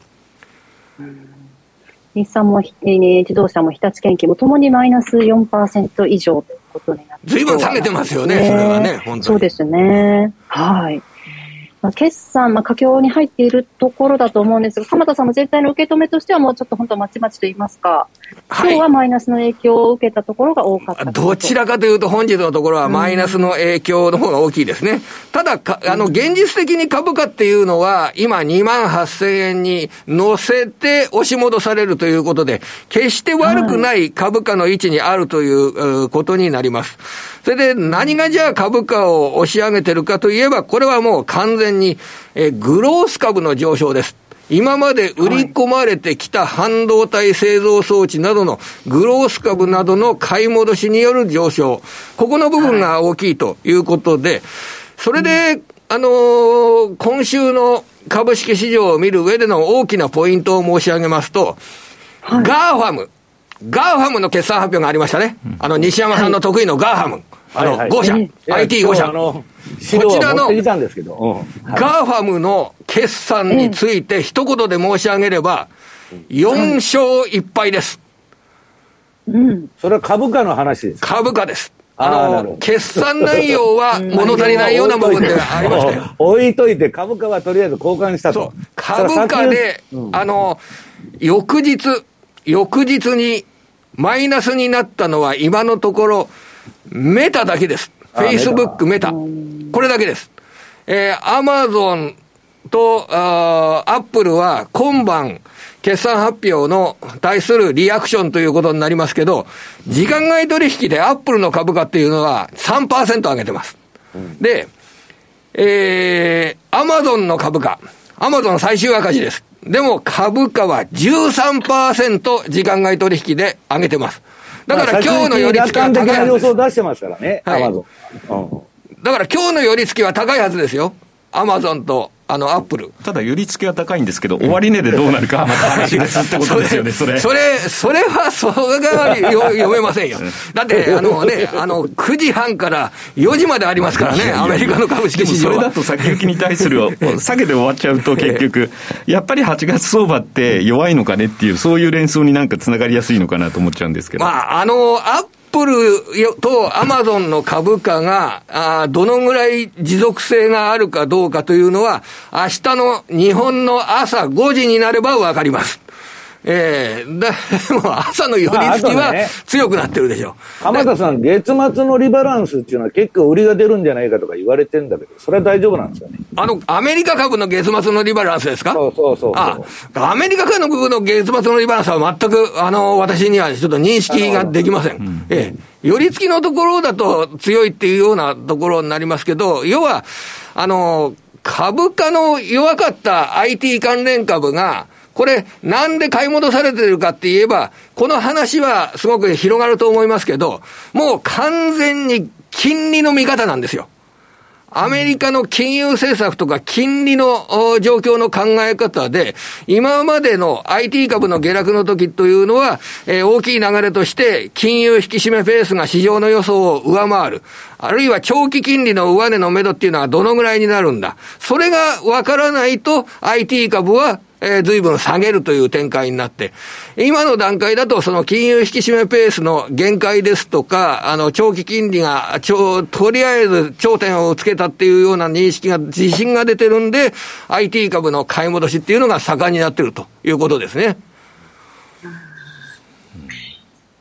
日産も、自動車も日立建機もともにマイナス よんパーセント 以上ということになってずいぶん下げてますよね、それはね、本当に。 そうですね。はい。まあ、決算、まあ、佳境に入っているところだと思うんですが、鎌田さんの全体の受け止めとしてはもうちょっと本当まちまちと言いますか、はい、今日はマイナスの影響を受けたところが多かった。 どちらかというと本日のところはマイナスの影響の方が大きいですね。うん、ただか、あの、現実的に株価っていうのは今にまんはっせんえんに乗せて押し戻されるということで、決して悪くない株価の位置にあるということになります。それで何がじゃあ株価を押し上げてるかといえば、これはもう完全にえグロース株の上昇です。今まで売り込まれてきた半導体製造装置などのグロース株などの買い戻しによる上昇。ここの部分が大きいということで、それで、あのー、今週の株式市場を見る上での大きなポイントを申し上げますと、はい、ガーファム。ガーファムの決算発表がありましたね。あの、西山さんの得意のガーファム。あの、ご社、アイティーご 社。こちらの、ガーファムの決算について一言で申し上げれば、よん勝いっ敗です。 うん。それは株価の話です。 株価です。あの、決算内容は物足りないような部分でありましたよ。 置いといて株価はとりあえず交換したと。そう。 株価で、あの、翌日、翌日にマイナスになったのは今のところメタだけです。フェイスブックメタ。これだけです。えー、アマゾンとアップルは今晩決算発表の対するリアクションということになりますけど、時間外取引でアップルの株価っていうのは さんパーセント 上げてます。うん、で、えー、アマゾンの株価、アマゾン最終赤字です。でも株価は じゅうさんパーセント 時間外取引で上げてます。だから今日の寄り付きは高いはずです。楽観的な予想出してますからね、 はい、アマゾン。うん、だから今日の寄り付きは高いはずですよ。アマゾンとあのアップル。 ただ寄り付きは高いんですけど、終値でどうなるかまた話がするってことですよね。それそれそれはそれが読めませんよ。だってあのね、あのくじはんからよじまでありますからね、アメリカの株式市場は。 それだと先行きに対する下げで終わっちゃうと結局やっぱりはちがつ相場って弱いのかねっていう、そういう連想になんかつながりやすいのかなと思っちゃうんですけど。 まああのアッアップルとアマゾンの株価があどのぐらい持続性があるかどうかというのは明日の日本の朝ごじになればわかります。ええー、だもう朝の寄り付きは強くなってるでしょ。 鎌田さん、月末のリバランスっていうのは結構売りが出るんじゃないかとか言われてるんだけど、それは大丈夫なんですかね。 あのアメリカ株の月末のリバランスですか。 そうそうそうそう。 あアメリカ株の月末のリバランスは全くあの私にはちょっと認識ができません。うん、ええ寄り付きのところだと強いっていうようなところになりますけど、要はあの株価の弱かった アイティー 関連株がこれなんで買い戻されてるかって言えば、この話はすごく広がると思いますけど、もう完全に金利の見方なんですよ。アメリカの金融政策とか金利の状況の考え方で、今までの アイティー 株の下落の時というのは、えー、大きい流れとして金融引き締めペースが市場の予想を上回る。あるいは長期金利の上値の目処っていうのはどのぐらいになるんだ。それがわからないと アイティー 株はえー、随分下げるという展開になって、今の段階だとその金融引き締めペースの限界ですとか、あの長期金利がちょとりあえず頂点をつけたっていうような認識が自信が出てるんで、 アイティー 株の買い戻しっていうのが盛んになってるということですね。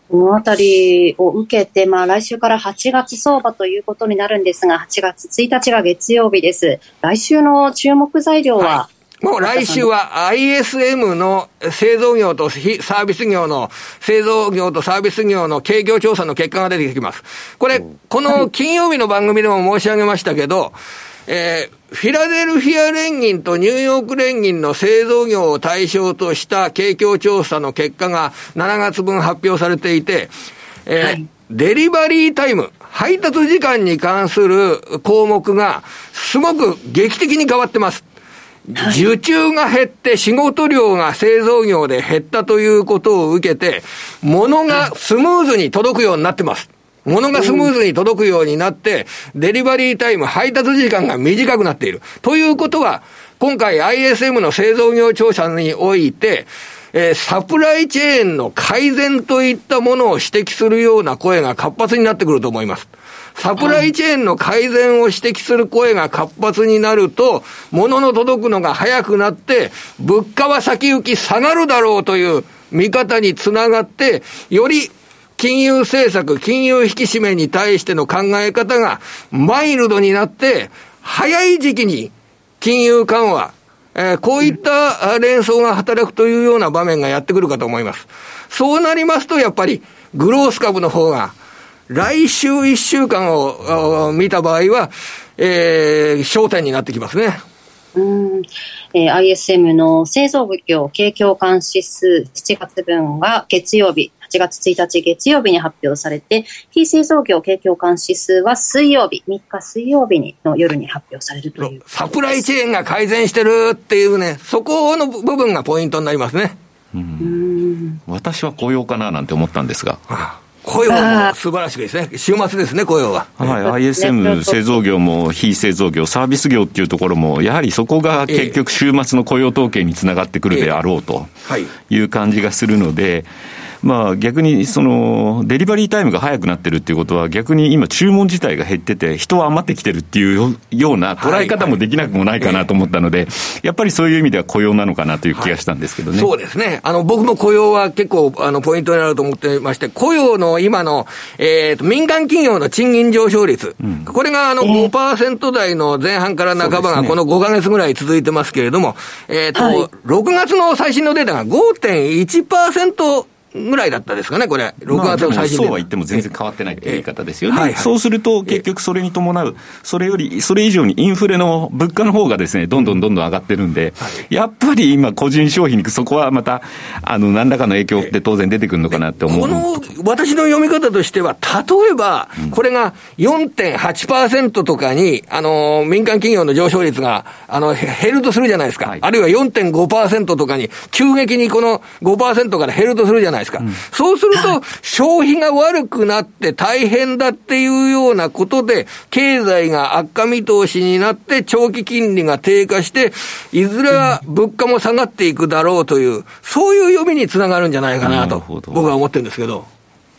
このあたりを受けて、まあ来週からはちがつ相場ということになるんですが、はちがつついたちが月曜日です。来週の注目材料は、はい、 もう来週は アイエスエム の製造業とサービス業の、製造業とサービス業の景況調査の結果が出てきます。これ、この金曜日の番組でも申し上げましたけど、えー、フィラデルフィア連銀とニューヨーク連銀の製造業を対象とした景況調査の結果がしちがつぶん発表されていて、えーはい、デリバリータイム、配達時間に関する項目がすごく劇的に変わってます。受注が減って仕事量が製造業で減ったということを受けて、物がスムーズに届くようになってます。物がスムーズに届くようになって、デリバリータイム、配達時間が短くなっている。ということは、今回 アイエスエム の製造業調査において、えー、サプライチェーンの改善といったものを指摘するような声が活発になってくると思います。サプライチェーンの改善を指摘する声が活発になると、物の届くのが早くなって、物価は先行き下がるだろうという見方につながって、より金融政策、金融引き締めに対しての考え方がマイルドになって、早い時期に金融緩和、えー、こういった連想が働くというような場面がやってくるかと思います。そうなりますと、やっぱりグロース株の方が、来週いっしゅうかんを見た場合は、えー、焦点になってきますね。 うんえー、アイエスエム の製造業景況感指数しちがつぶんが月曜日、はちがつついたち月曜日に発表されて、非製造業景況感指数は水曜日、みっか水曜日にの夜に発表されるという。 サプライチェーンが改善してるっていうね、そこの部分がポイントになりますね。 うんうん私は雇用かななんて思ったんですが。 はあ雇用も素晴らしいですね。週末ですね、雇用は。 はい、アイエスエム 製造業も非製造業、サービス業っていうところも、やはりそこが結局週末の雇用統計につながってくるであろうという感じがするので、まあ逆にそのデリバリータイムが早くなってるっていうことは、逆に今注文自体が減ってて人は余ってきてるっていうような捉え方もできなくもないかなと思ったので、やっぱりそういう意味では雇用なのかなという気がしたんですけどね。 はい、そうですね。あの僕も雇用は結構あのポイントになると思ってまして、雇用の今の、えー、と民間企業の賃金上昇率、うん、これがあの ごパーセント 台の前半から半ばがこのごかげつぐらい続いてますけれども、えーとはい、ろくがつの最新のデータが ごてんいちパーセントぐらいだったですかね、これ。ろくがつの最新で。 まあ、そうは言っても全然変わってないという言い方ですよね。はいはい、そうすると、結局それに伴う、それより、それ以上にインフレの物価の方がですね、どんどんどんどん上がってるんで、はい、やっぱり今、個人消費にそこはまた、あの、何らかの影響って当然出てくるのかなって思う。 この、私の読み方としては、例えば、これが よんてんはちパーセント とかに、あの、民間企業の上昇率が、あの、減るとするじゃないですか。はい、あるいは よんてんごパーセント とかに、急激にこの ごパーセント から減るとするじゃないですか。うん、そうすると、消費が悪くなって大変だっていうようなことで、経済が悪化見通しになって、長期金利が低下して、いずれは物価も下がっていくだろうという、そういう読みにつながるんじゃないかなと、僕は思ってるんですけど。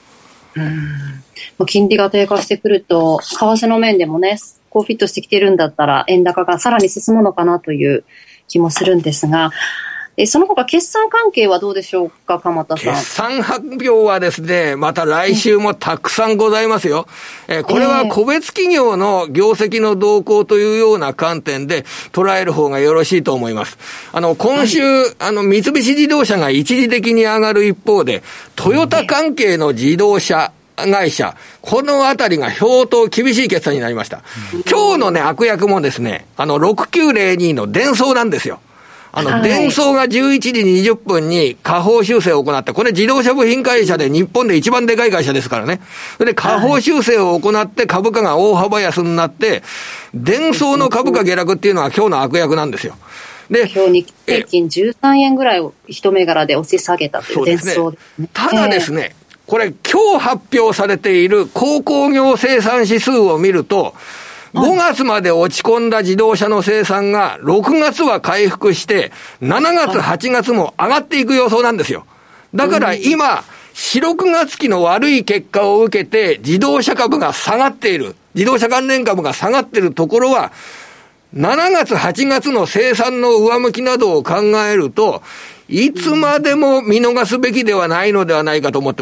うん、金利が低下してくると、為替の面でもね、こうフィットしてきてるんだったら、円高がさらに進むのかなという気もするんですが、えその他決算関係はどうでしょうか、鎌田さん。 決算発表はですね、また来週もたくさんございますよ。えー、これは個別企業の業績の動向というような観点で捉える方がよろしいと思います。あの、今週、はい、あの、三菱自動車が一時的に上がる一方で、トヨタ関係の自動車、会社、このあたりが相当厳しい決算になりました。今日のね、悪役もですね、あの、ろくきゅうゼロにのデンソーなんですよ。あの、デンソーがじゅういちじにじゅっぷんに下方修正を行った。これ自動車部品会社で日本で一番でかい会社ですからね。それで下方修正を行って株価が大幅安になって、デンソーの株価下落っていうのは今日の悪役なんですよ。 で、今日日経平均じゅうさんえんぐらいを一銘柄で押し下げたというデンソーですね。 ただですね、これ今日発表されている鉱工業生産指数を見ると、ごがつまで落ち込んだ自動車の生産がろくがつは回復して、しちがつ、はちがつも上がっていく予想なんですよ。だから今、よん、ろくがつ期の悪い結果を受けて自動車株が下がっている、自動車関連株が下がっているところは、しちがつ、はちがつの生産の上向きなどを考えると、いつまでも見逃すべきではないのではないかと思ってます。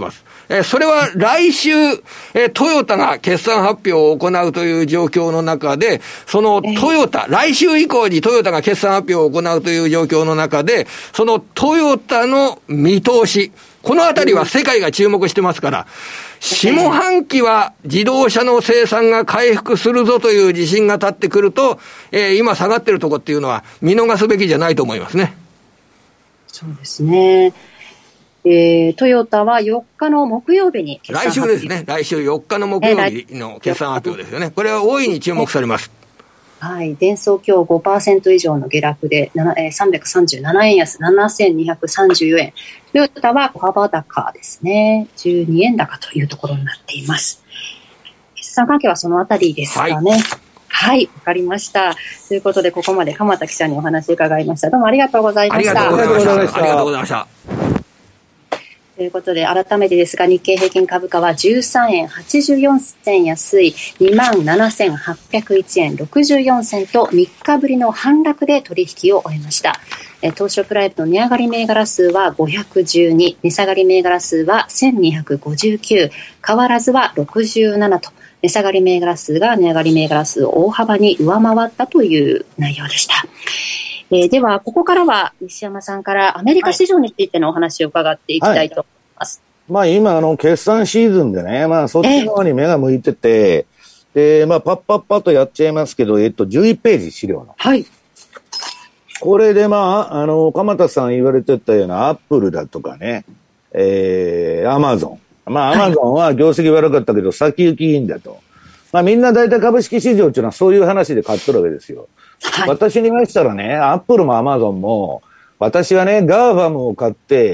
えー、それは来週、えー、トヨタが決算発表を行うという状況の中で、そのトヨタ、えー、来週以降にトヨタが決算発表を行うという状況の中で、そのトヨタの見通し、このあたりは世界が注目してますから、下半期は自動車の生産が回復するぞという自信が立ってくると、えー、今下がってるところっていうのは見逃すべきじゃないと思いますね。 そうですね。えー、トヨタはよっかの木曜日に決算発表。 来週ですね。来週よっかの木曜日の決算発表ですよね。これは大いに注目されます。 はい。デンソー今日 ごパーセント 以上の下落で、さんびゃくさんじゅうななえん安、ななせんにひゃくさんじゅうよえん。トヨタは小幅高ですね。じゅうにえん高というところになっています。決算関係はそのあたりですかね。はい。はい、わかりました。ということで、ここまで鎌田記者にお話伺いました。どうもありがとうございました。 ありがとうございました。ありがとうございました。 ということで、改めてですが、日経平均株価はじゅうさんえんはちじゅうよんせん安い にまんななせんはっぴゃくいちえんろくじゅうよんせんとみっかぶりの反落で取引を終えました。え東証プライムの値上がり銘柄数はごひゃくじゅうに、値下がり銘柄数はせんにひゃくごじゅうきゅう、変わらずはろくじゅうななと、値下がり銘柄数が値上がり銘柄数を大幅に上回ったという内容でした。えー、では、ここからは西山さんからアメリカ市場についてのお話を伺っていきたいと思います。 はい、まあ今、あの、決算シーズンでね、まあそっち側に目が向いてて、で、まあパッパッパッとやっちゃいますけど、えっと、じゅういちページ資料の。 はい。 これでまあ、あの、鎌田さん言われてたようなアップルだとかね、えー、アマゾン。まあ、アマゾンは業績悪かったけど、先行きいいんだと。まあみんな大体株式市場っていうのはそういう話で買っとるわけですよ。はい、私に言わしたらね、アップルもアマゾンも、私はね、ガーファムを買って、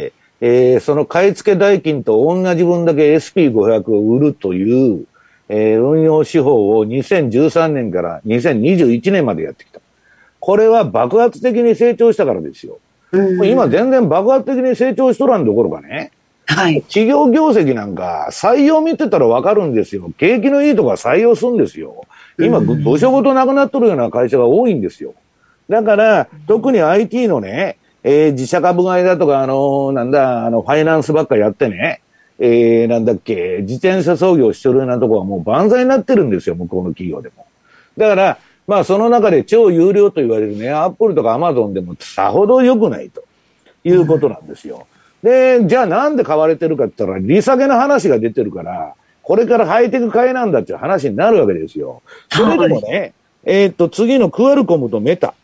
えー、その買い付け代金と同じ分だけ エスピーごひゃく を売るという、えー、運用手法をにせんじゅうさんねんからにせんにじゅういちねんまでやってきた。これは爆発的に成長したからですよ。今全然爆発的に成長しとらんどころかね。はい。企業業績なんか採用見てたらわかるんですよ。景気のいいとこは採用するんですよ。今、部署ごとなくなっとるような会社が多いんですよ。だから、特に アイティー のね、えー、自社株買いだとか、あのー、なんだ、あの、ファイナンスばっかやってね、えー、なんだっけ、自転車操業してるようなとこはもう万歳になってるんですよ、向こうの企業でも。だから、まあその中で超有料と言われるね、アップルとかアマゾンでもさほど良くないということなんですよ。で、じゃあなんで買われてるかって言ったら、利下げの話が出てるから、これからハイテク買いなんだっていう話になるわけですよ。それでもね、えー、っと、次のクアルコムとメタ。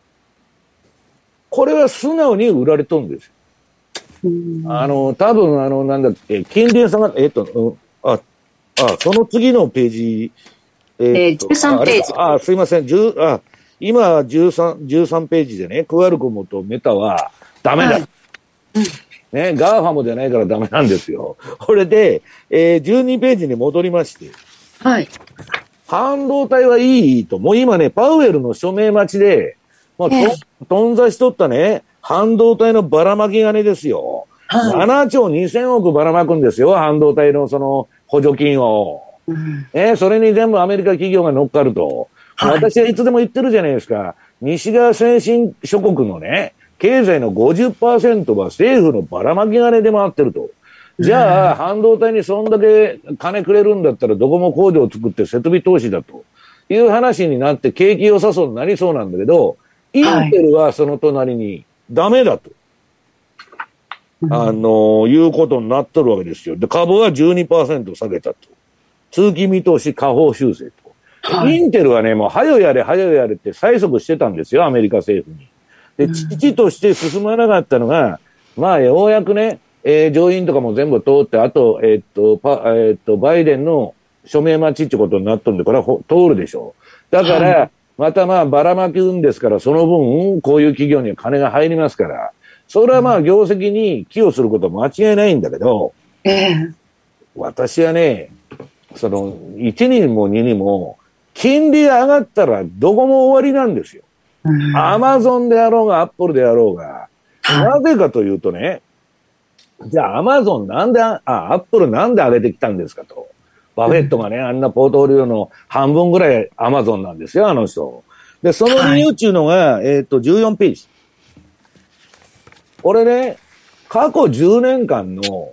これは素直に売られとるんですよ。あの、多分、あの、なんだっけ、金利下が、えー、っと、うん、あ、あ、その次のページ、 えー、じゅうさんページ。 あ、すいません、じゅう、あ、今じゅうさん、じゅうさんページでね、クアルコムとメタはダメだ。はい、うんね、ガーファムじゃないからダメなんですよ。これで、えー、じゅうにページに戻りまして。 はい。 半導体はいいと。もう今ね、パウエルの署名待ちで、まあ、えー、頓挫しとったね、半導体のばらまき金ですよ。はい、ななちょうにせんおくばらまくんですよ、半導体のその補助金を。うん、ね、それに全部アメリカ企業が乗っかると。はい、私はいつでも言ってるじゃないですか。西側先進諸国のね、経済の ごじゅっパーセント は政府のばらまき金で回ってると。じゃあ、半導体にそんだけ金くれるんだったらどこも工場を作って設備投資だという話になって景気良さそうになりそうなんだけど、インテルはその隣にダメだと。はい、あの、いうことになっとるわけですよ。で、株は じゅうにパーセント 下げたと。通期見通し下方修正と。はい、インテルはね、もう早やれ早やれって催促してたんですよ、アメリカ政府に。で、父として進まなかったのが、まあ、ようやくね、えー、上院とかも全部通って、あと、えー、っと、パ、えー、っと、バイデンの署名待ちってことになっとんで、これは通るでしょう。だから、はい、またまあ、ばらまきうんですから、その分、こういう企業には金が入りますから、それはまあ、業績に寄与することは間違いないんだけど、えー、私はね、その、いちにもににも、金利が上がったらどこも終わりなんですよ。アマゾンであろうが、アップルであろうが、なぜかというとね、じゃあアマゾンなんで、あ、アップルなんで上げてきたんですかと。バフェットがね、あんなポートフォリオの半分ぐらいアマゾンなんですよ、あの人。で、その理由っていうのが、はい、えっと、じゅうよんページ。これね、過去じゅうねんかんの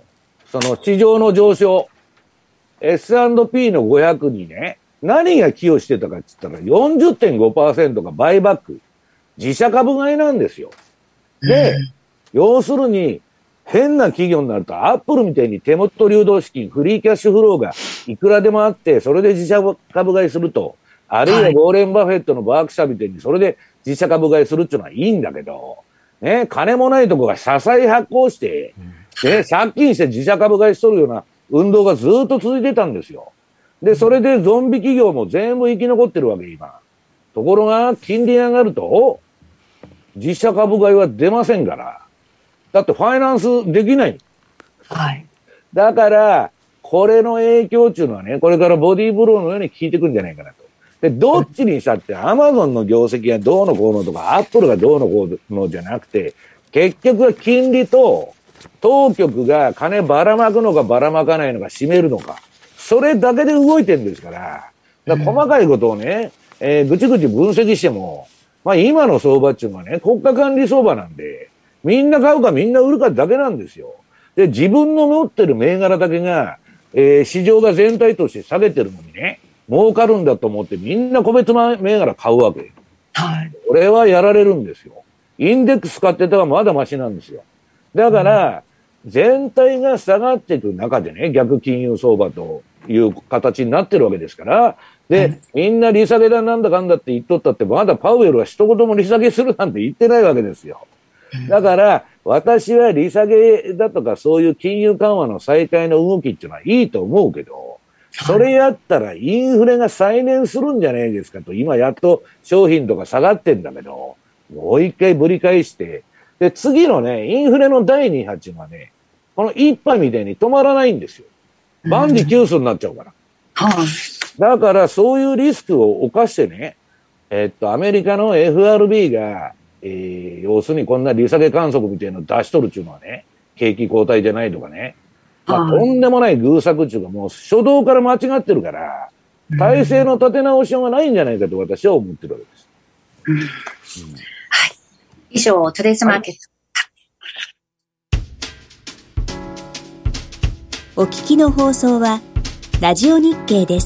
その市場の上昇、エスアンドピー のごひゃくにね、何が寄与してたかって言ったら よんじゅってんごパーセント がバイバック、自社株買いなんですよ。で、うん、要するに変な企業になるとアップルみたいに手元流動資金、フリーキャッシュフローがいくらでもあって、それで自社株買いすると、あるいはウォーレン・バフェットのバークシャーみたいにそれで自社株買いするっていうのはいいんだけど、ね、金もないとこが社債発行して、ね、借金して自社株買いしとるような運動がずっと続いてたんですよ。で、それでゾンビ企業も全部生き残ってるわけ、今。ところが、金利上がると、自社株買いは出ませんから。だってファイナンスできない。 はい。 だから、これの影響っていうのはね、これからボディーブローのように効いてくるんじゃないかなと。で、どっちにしたって、アマゾンの業績がどうのこうのとか、アップルがどうのこうのじゃなくて、結局は金利と、当局が金ばらまくのかばらまかないのか占めるのか。それだけで動いてるんですから。だから細かいことをね、えー、ぐちぐち分析しても、まあ今の相場っていうのはね、国家管理相場なんで、みんな買うかみんな売るかだけなんですよ。で、自分の持ってる銘柄だけが、えー、市場が全体として下げてるのにね、儲かるんだと思ってみんな個別の銘柄買うわけ。はい。これはやられるんですよ。インデックス買ってたらまだマシなんですよ。だから、うん、全体が下がっていく中でね、逆金融相場という形になってるわけですから、で、うん、みんな利下げだなんだかんだって言っとったって、まだパウエルは一言も利下げするなんて言ってないわけですよ。だから、私は利下げだとかそういう金融緩和の再開の動きっていうのはいいと思うけど、それやったらインフレが再燃するんじゃないですかと、今やっと商品とか下がってんだけど、もう一回ぶり返して、で、次のね、インフレのだいに波っていうのはね、この一波みたいに止まらないんですよ。万事休すになっちゃうから。うん、だからそういうリスクを冒してね、えっと、アメリカの エフアールビー が、えー、要するにこんな利下げ観測みたいなの出しとるっていうのはね、景気後退じゃないとかね、まあ、とんでもない偶作っていうかもう初動から間違ってるから、体制の立て直しようがないんじゃないかと私は思ってるわけです。 うんうん、はい。以上、トゥデイズマーケット。 お聞きの放送は、ラジオ日経です。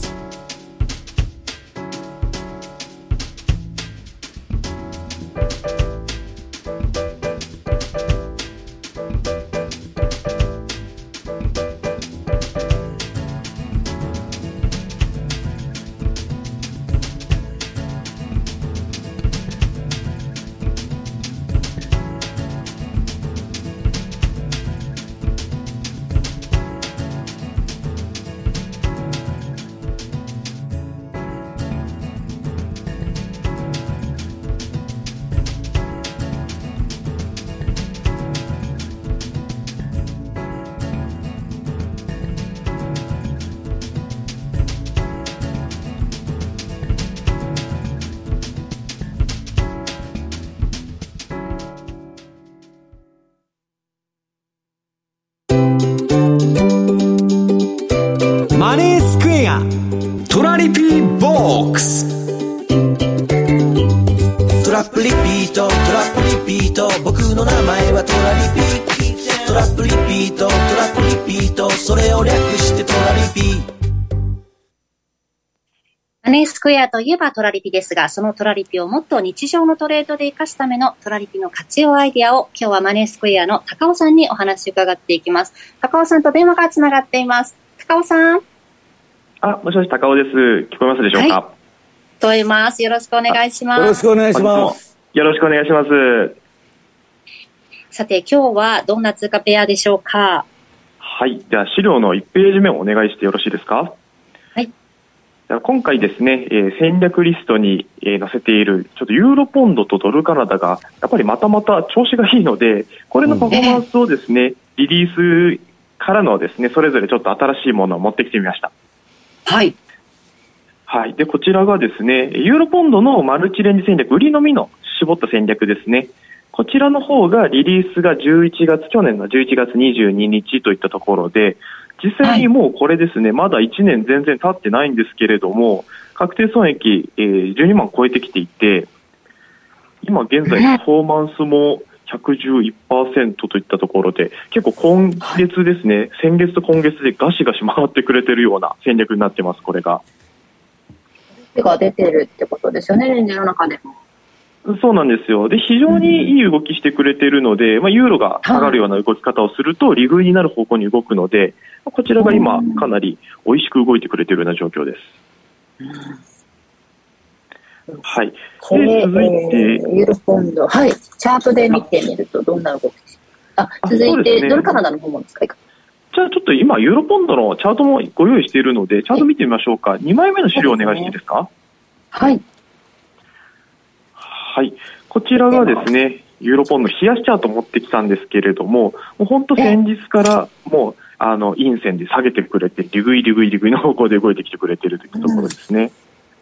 マネースクエアトラリピーボックス。 トラップリピートトラップリピート、僕の名前はトラリピ。トラップリピートトラップリピート、それを略してトラリピ。 マネースクエアといえばトラリピですが、そのトラリピをもっと日常のトレードで活かすためのトラリピの活用アイディアを今日はマネースクエアの高尾さんにお話を伺っていきます。高尾さんと電話がつながっています。高尾さん。 あ、もしもし、高尾です。聞こえますでしょうか？はい、 聞こえます。よろしくお願いします。 よろしくお願いします。 よろしくお願いします。 さて、今日はどんな通貨ペアでしょうか？ はい。では、資料のいちページ目をお願いしてよろしいですか？ はい。 今回ですね、えー、戦略リストに、えー、載せている、ちょっとユーロポンドとドルカナダが、やっぱりまたまた調子がいいので、これのパフォーマンスをですね、リリースからのですね、それぞれちょっと新しいものを持ってきてみました。 はい。 はい。で、こちらがですね、ユーロポンドのマルチレンジ戦略、売りのみの絞った戦略ですね。こちらの方がリリースがじゅういちがつ、去年のじゅういちがつにじゅうににちといったところで、実際にもうこれですね、はい、まだいちねん全然経ってないんですけれども、確定損益、えー、じゅうにまん超えてきていて、今現在パフォーマンスもひゃくじゅういちパーセント といったところで、結構今月ですね、はい、先月と今月でガシガシ回ってくれてるような戦略になってます、これが。 手が出てるってことですよね、レンジの中でも。 そうなんですよ。で、非常にいい動きしてくれているので、まあ、ユーロが下がるような動き方をすると、利食いになる方向に動くので、こちらが今、かなり美味しく動いてくれているような状況です。はい。で、続いて、 えー、ユーロポンド。はい。チャートで見てみると、どんな動きですか？あ、続いて、ね、ドルカナダの方もですか？ じゃあちょっと今、ユーロポンドのチャートもご用意しているので、チャート見てみましょうか。にまいめの資料お願いしていいですか？ はい。 はい。こちらがですね、ユーロポンド冷やしチャート持ってきたんですけれども、もう本当先日からもう、あの、陰線で下げてくれて、リグイリグイリグイの方向で動いてきてくれているといったところですね。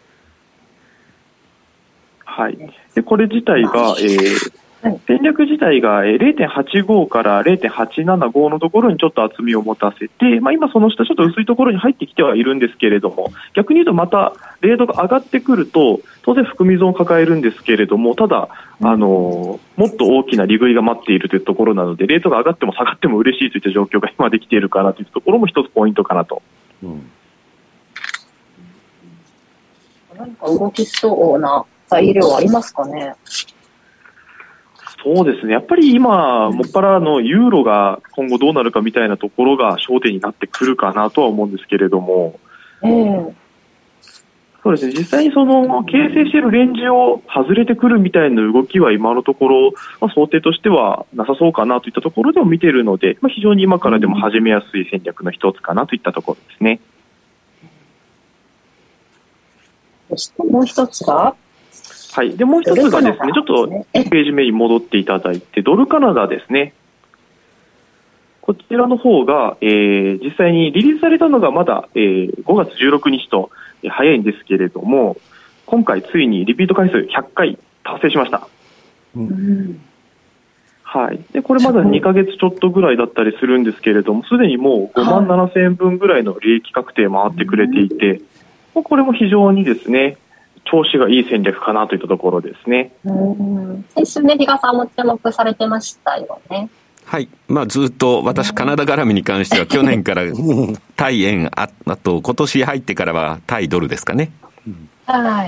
うん、はい。で、これ自体が、えー、戦略自体が ゼロてんはちご から ゼロてんはちななご のところにちょっと厚みを持たせて、まあ、今その下ちょっと薄いところに入ってきてはいるんですけれども、逆に言うとまたレートが上がってくると当然含み損を抱えるんですけれども、ただあのもっと大きな利食いが待っているというところなので、レートが上がっても下がっても嬉しいといった状況が今できているかなというところも一つポイントかなと。うん、 何か動きそうな材料ありますかね？ そうですね。やっぱり今、もっぱらのユーロが今後どうなるかみたいなところが焦点になってくるかなとは思うんですけれども、 うん、 そうですね。実際にその形成しているレンジを外れてくるみたいな動きは今のところ、まあ、想定としてはなさそうかなといったところでも見ているので、まあ、非常に今からでも始めやすい戦略の一つかなといったところですね。 そしてもう一つがはい。で、もう一つがですね、ちょっとページ目に戻っていただいて、ドルカナダですね。こちらの方が、えー、実際にリリースされたのがまだ、えー、ごがつじゅうろくにちと、えー、早いんですけれども、今回ついにリピート回数ひゃっかい達成しました。うん、はい。で、これまだにかげつちょっとぐらいだったりするんですけれども、すでにもうごまんななせんえんぶんぐらいの利益確定回ってくれていて、うん、これも非常にですね、調子がいい戦略かなといったところですね。 うん。先週ね、比嘉さんも注目されてましたよね。 はい。まあ、ずっと私、カナダ絡みに関しては、去年から対円、あ, あと今年入ってからは対ドルですかね。 はい。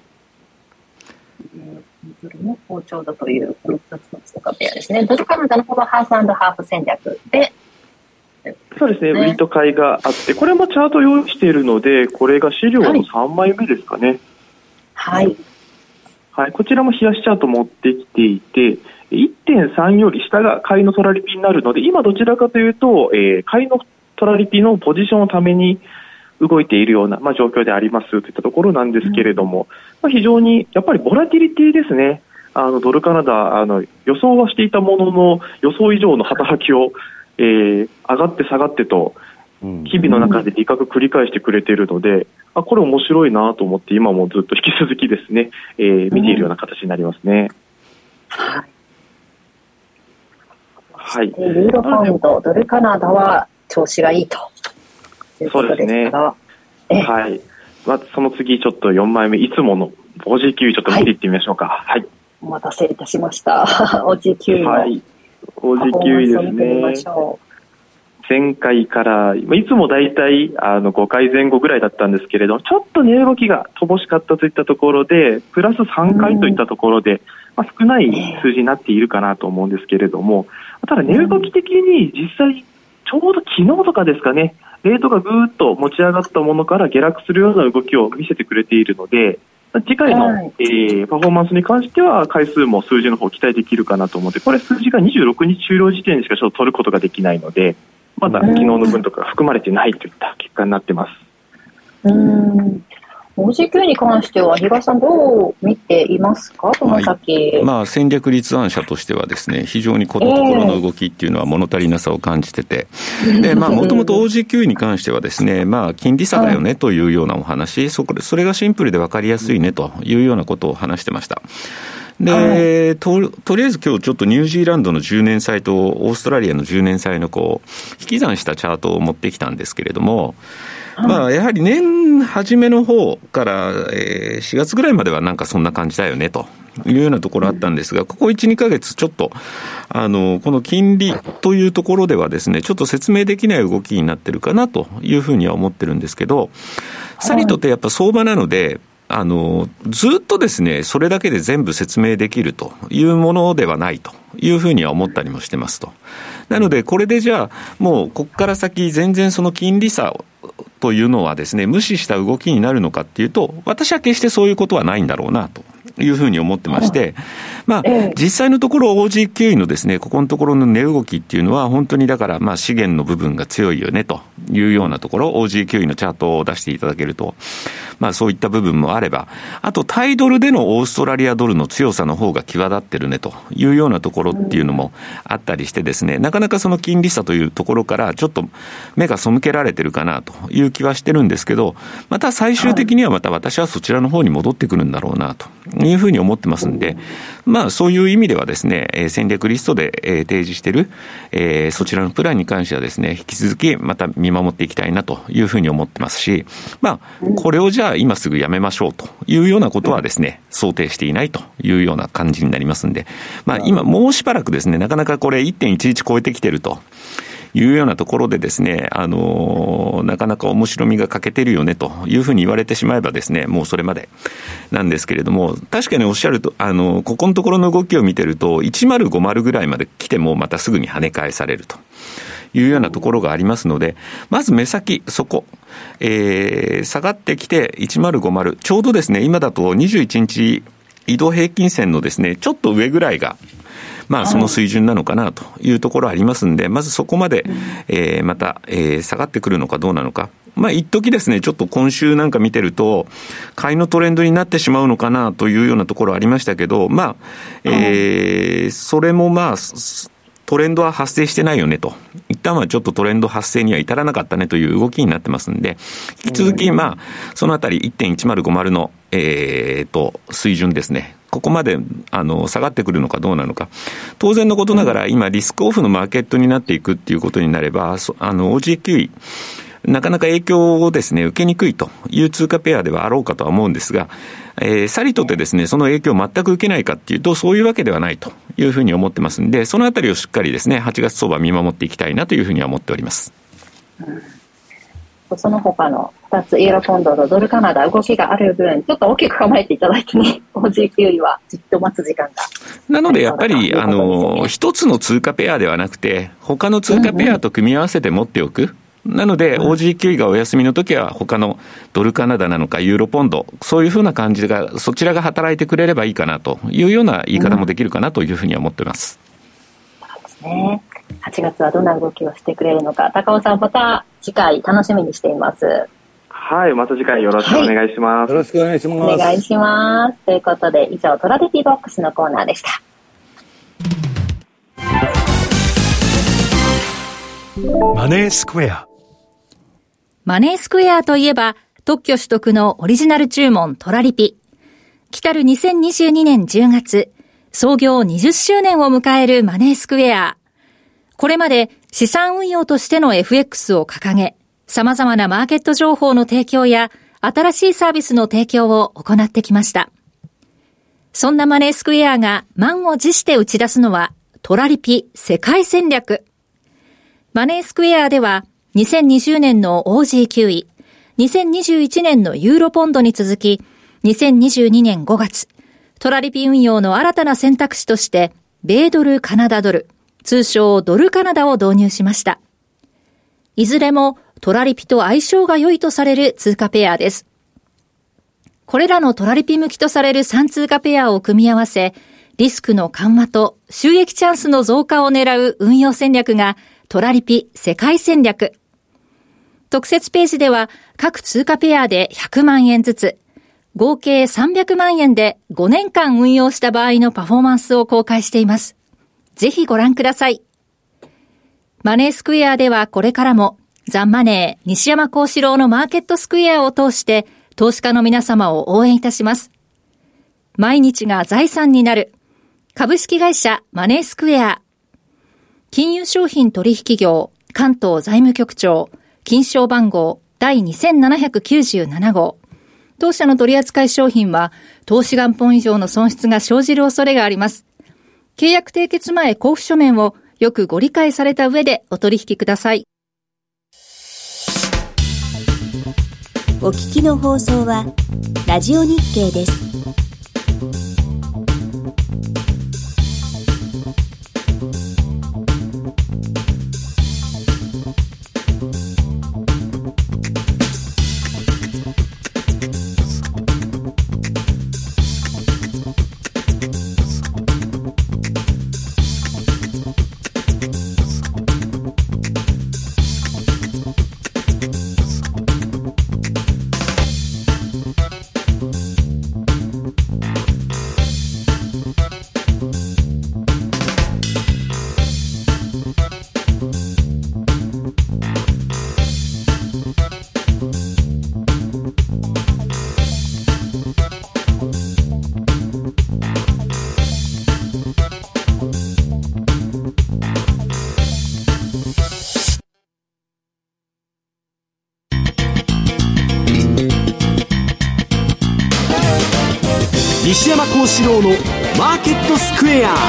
ドルも好調だという、このふたつの通貨ペアですね。ドルカナダの方はハーフ&ハーフ戦略で、 そうですね、売りと買いがあって、これもチャート用意しているので、これが資料のさんまいめですかね。 はい。 はい。こちらも冷やしチャート持ってきていて、いってんさん より下が買いのトラリピになるので、今どちらかというと、えー、買いのトラリピのポジションのために動いているような、まあ、状況でありますといったところなんですけれども、うん、まあ、非常にやっぱりボラティリティですね。あの、ドルカナダ、あの、予想はしていたものの、予想以上の働きを、えー、上がって下がってと、日々の中で利確繰り返してくれているので、あ、これ面白いなと思って今もずっと引き続きですね、えー、見ているような形になりますね。 はい。 はい。 ユーロポンド、ドルカナダは調子がいいということですから。 そうですね。はい。まずその次ちょっとよんまいめ、いつもの オージーキューイー ちょっと見ていってみましょうか。はい。はい、 お待たせいたしました。オージーキューイー の。はい。 オージーキューイー ですね。前回からいつもだいたいあのごかいぜん後ぐらいだったんですけれど、ちょっと値動きが乏しかったといったところでプラスさんかいといったところで、まあ、少ない数字になっているかなと思うんですけれども、ただ値動き的に実際ちょうど昨日とかですかね、レートがぐーっと持ち上がったものから下落するような動きを見せてくれているので、次回の、はい、えー、パフォーマンスに関しては回数も数字の方期待できるかなと思って、これ数字がにじゅうろくにち終了時点でしかちょっと取ることができないので、まだ昨日の分とか含まれてないといった結果になってます。 うーん。オージーキュー に関しては、比嘉さんどう見ていますか、この先。 はい、まあ、戦略立案者としてはですね、非常にこのところの動きっていうのは物足りなさを感じてて、えー、で、まあ、もともと オージーキュー に関してはですね、まあ、金利差だよねというようなお話、はい、そこで、それがシンプルで分かりやすいねというようなことを話してました。で、はい、と、とりあえず今日ちょっとニュージーランドのじゅうねん債とオーストラリアのじゅうねん債のこう、引き算したチャートを持ってきたんですけれども、はい、まあ、やはり年初めの方から、えー、しがつぐらいまではなんかそんな感じだよねというようなところあったんですが、ここいち、にかげつちょっと、あの、この金利というところではですね、ちょっと説明できない動きになってるかなというふうには思ってるんですけど、さりとってやっぱ相場なので、あの、ずっとですね、それだけで全部説明できるというものではないというふうには思ったりもしてますと。なので、これでじゃあ、もうここから先全然その金利差というのはですね、無視した動きになるのかっていうと、私は決してそういうことはないんだろうなというふうに思ってまして、まあ、実際のところ オージーキューイー のですね、ここのところの値動きっていうのは本当にだからまあ資源の部分が強いよねというようなところ、オージーキューイー のチャートを出していただけると、まあそういった部分もあれば、あとタイドルでのオーストラリアドルの強さの方が際立ってるねというようなところっていうのもあったりしてですね、なかなかその金利差というところからちょっと目が背けられてるかなという気はしてるんですけど、また最終的にはまた私はそちらの方に戻ってくるんだろうなというふうに思ってますんで、まあそういう意味ではですね、えー、戦略リストで、えー、提示している、えー、そちらのプランに関してはですね、引き続きまた見守っていきたいなというふうに思ってますし、まあこれをじゃあ今すぐやめましょうというようなことはですね、想定していないというような感じになりますんで、まあ今もうしばらくですね、なかなかこれ いってんいちいち 超えてきてるというようなところでですね、あのー、なかなか面白みが欠けてるよねというふうに言われてしまえばですね、もうそれまでなんですけれども、確かにおっしゃると、あのー、ここのところの動きを見てると、いちまるごまるぐらいまで来てもまたすぐに跳ね返されるというようなところがありますので、まず目先、そこ、えー、下がってきていちまるごまる、ちょうどですね、今だとにじゅういちにち移動平均線のですね、ちょっと上ぐらいが、まあその水準なのかなというところありますんで、まずそこまで、えー、また、えー、下がってくるのかどうなのか。まあ一時ですね、ちょっと今週なんか見てると、買いのトレンドになってしまうのかなというようなところありましたけど、まあ、えー、それもまあ、トレンドは発生してないよねと。一旦はちょっとトレンド発生には至らなかったねという動きになってますんで、引き続きまあ、そのあたり いってんいちまるごまる の、えーと、水準ですね。ここまであの下がってくるのかどうなのか。当然のことながら今リスクオフのマーケットになっていくっていうことになれば、あの オージーキューイー、なかなか影響をですね、受けにくいという通貨ペアではあろうかとは思うんですが、えー、さりとてですね、その影響を全く受けないかっていうと、そういうわけではないというふうに思ってますんで、そのあたりをしっかりですね、はちがつ相場見守っていきたいなというふうには思っております。 うんその他のふたつ、ユーロポンドとドルカナダ、動きがある分、ちょっと大きく構えていただいてね、オージーキューイーはじっと待つ時間が。 なのでやっぱり、あの、一つの通貨ペアではなくて、他の通貨ペアと組み合わせて持っておく。うんうん、なので、オージーキューイー がお休みの時は、他のドルカナダなのか、ユーロポンド、そういうふうな感じが、そちらが働いてくれればいいかなというような言い方もできるかなというふうには思っています。 うん、そうですね。はちがつはどんな動きをしてくれるのか、高尾さん、また次回楽しみにしています。 はい、また次回よろしくお願いします。 はい、よろしくお願いします。 お願いします。ということで、以上、トラリピーボックスのコーナーでした。 マネースクエア。 マネースクエアといえば、特許取得のオリジナル注文トラリピ。来たるにせんにじゅうにねんじゅうがつ、創業にじゅっしゅうねんを迎えるマネースクエア。これまで資産運用としての エフエックス を掲げ、様々なマーケット情報の提供や新しいサービスの提供を行ってきました。そんなマネースクエアが満を持して打ち出すのはトラリピ世界戦略。マネースクエアではにせんにじゅうねんの オージーキューイー、にせんにじゅういちねんのユーロポンドに続き、にせんにじゅうにねんごがつ、トラリピ運用の新たな選択肢として、米ドルカナダドル、通称ドルカナダを導入しました。いずれもトラリピと相性が良いとされる通貨ペアです。これらのトラリピ向きとされるさん通貨ペアを組み合わせ、リスクの緩和と収益チャンスの増加を狙う運用戦略がトラリピ世界戦略。特設ページでは各通貨ペアでひゃくまんえんずつ、合計さんびゃくまんえんでごねんかん運用した場合のパフォーマンスを公開しています。ぜひご覧ください。マネースクエアではこれからもザンマネー西山幸四郎のマーケットスクエアを通して投資家の皆様を応援いたします。毎日が財産になる株式会社マネースクエア。金融商品取引業関東財務局長金賞番号第にせんななひゃくきゅうじゅうなな号。 当社の取扱い商品は投資元本以上の損失が生じる恐れがあります。契約締結前交付書面をよくご理解された上でお取引ください。 お聞きの放送はラジオ日経です。 西山幸四郎のマーケットスクエア。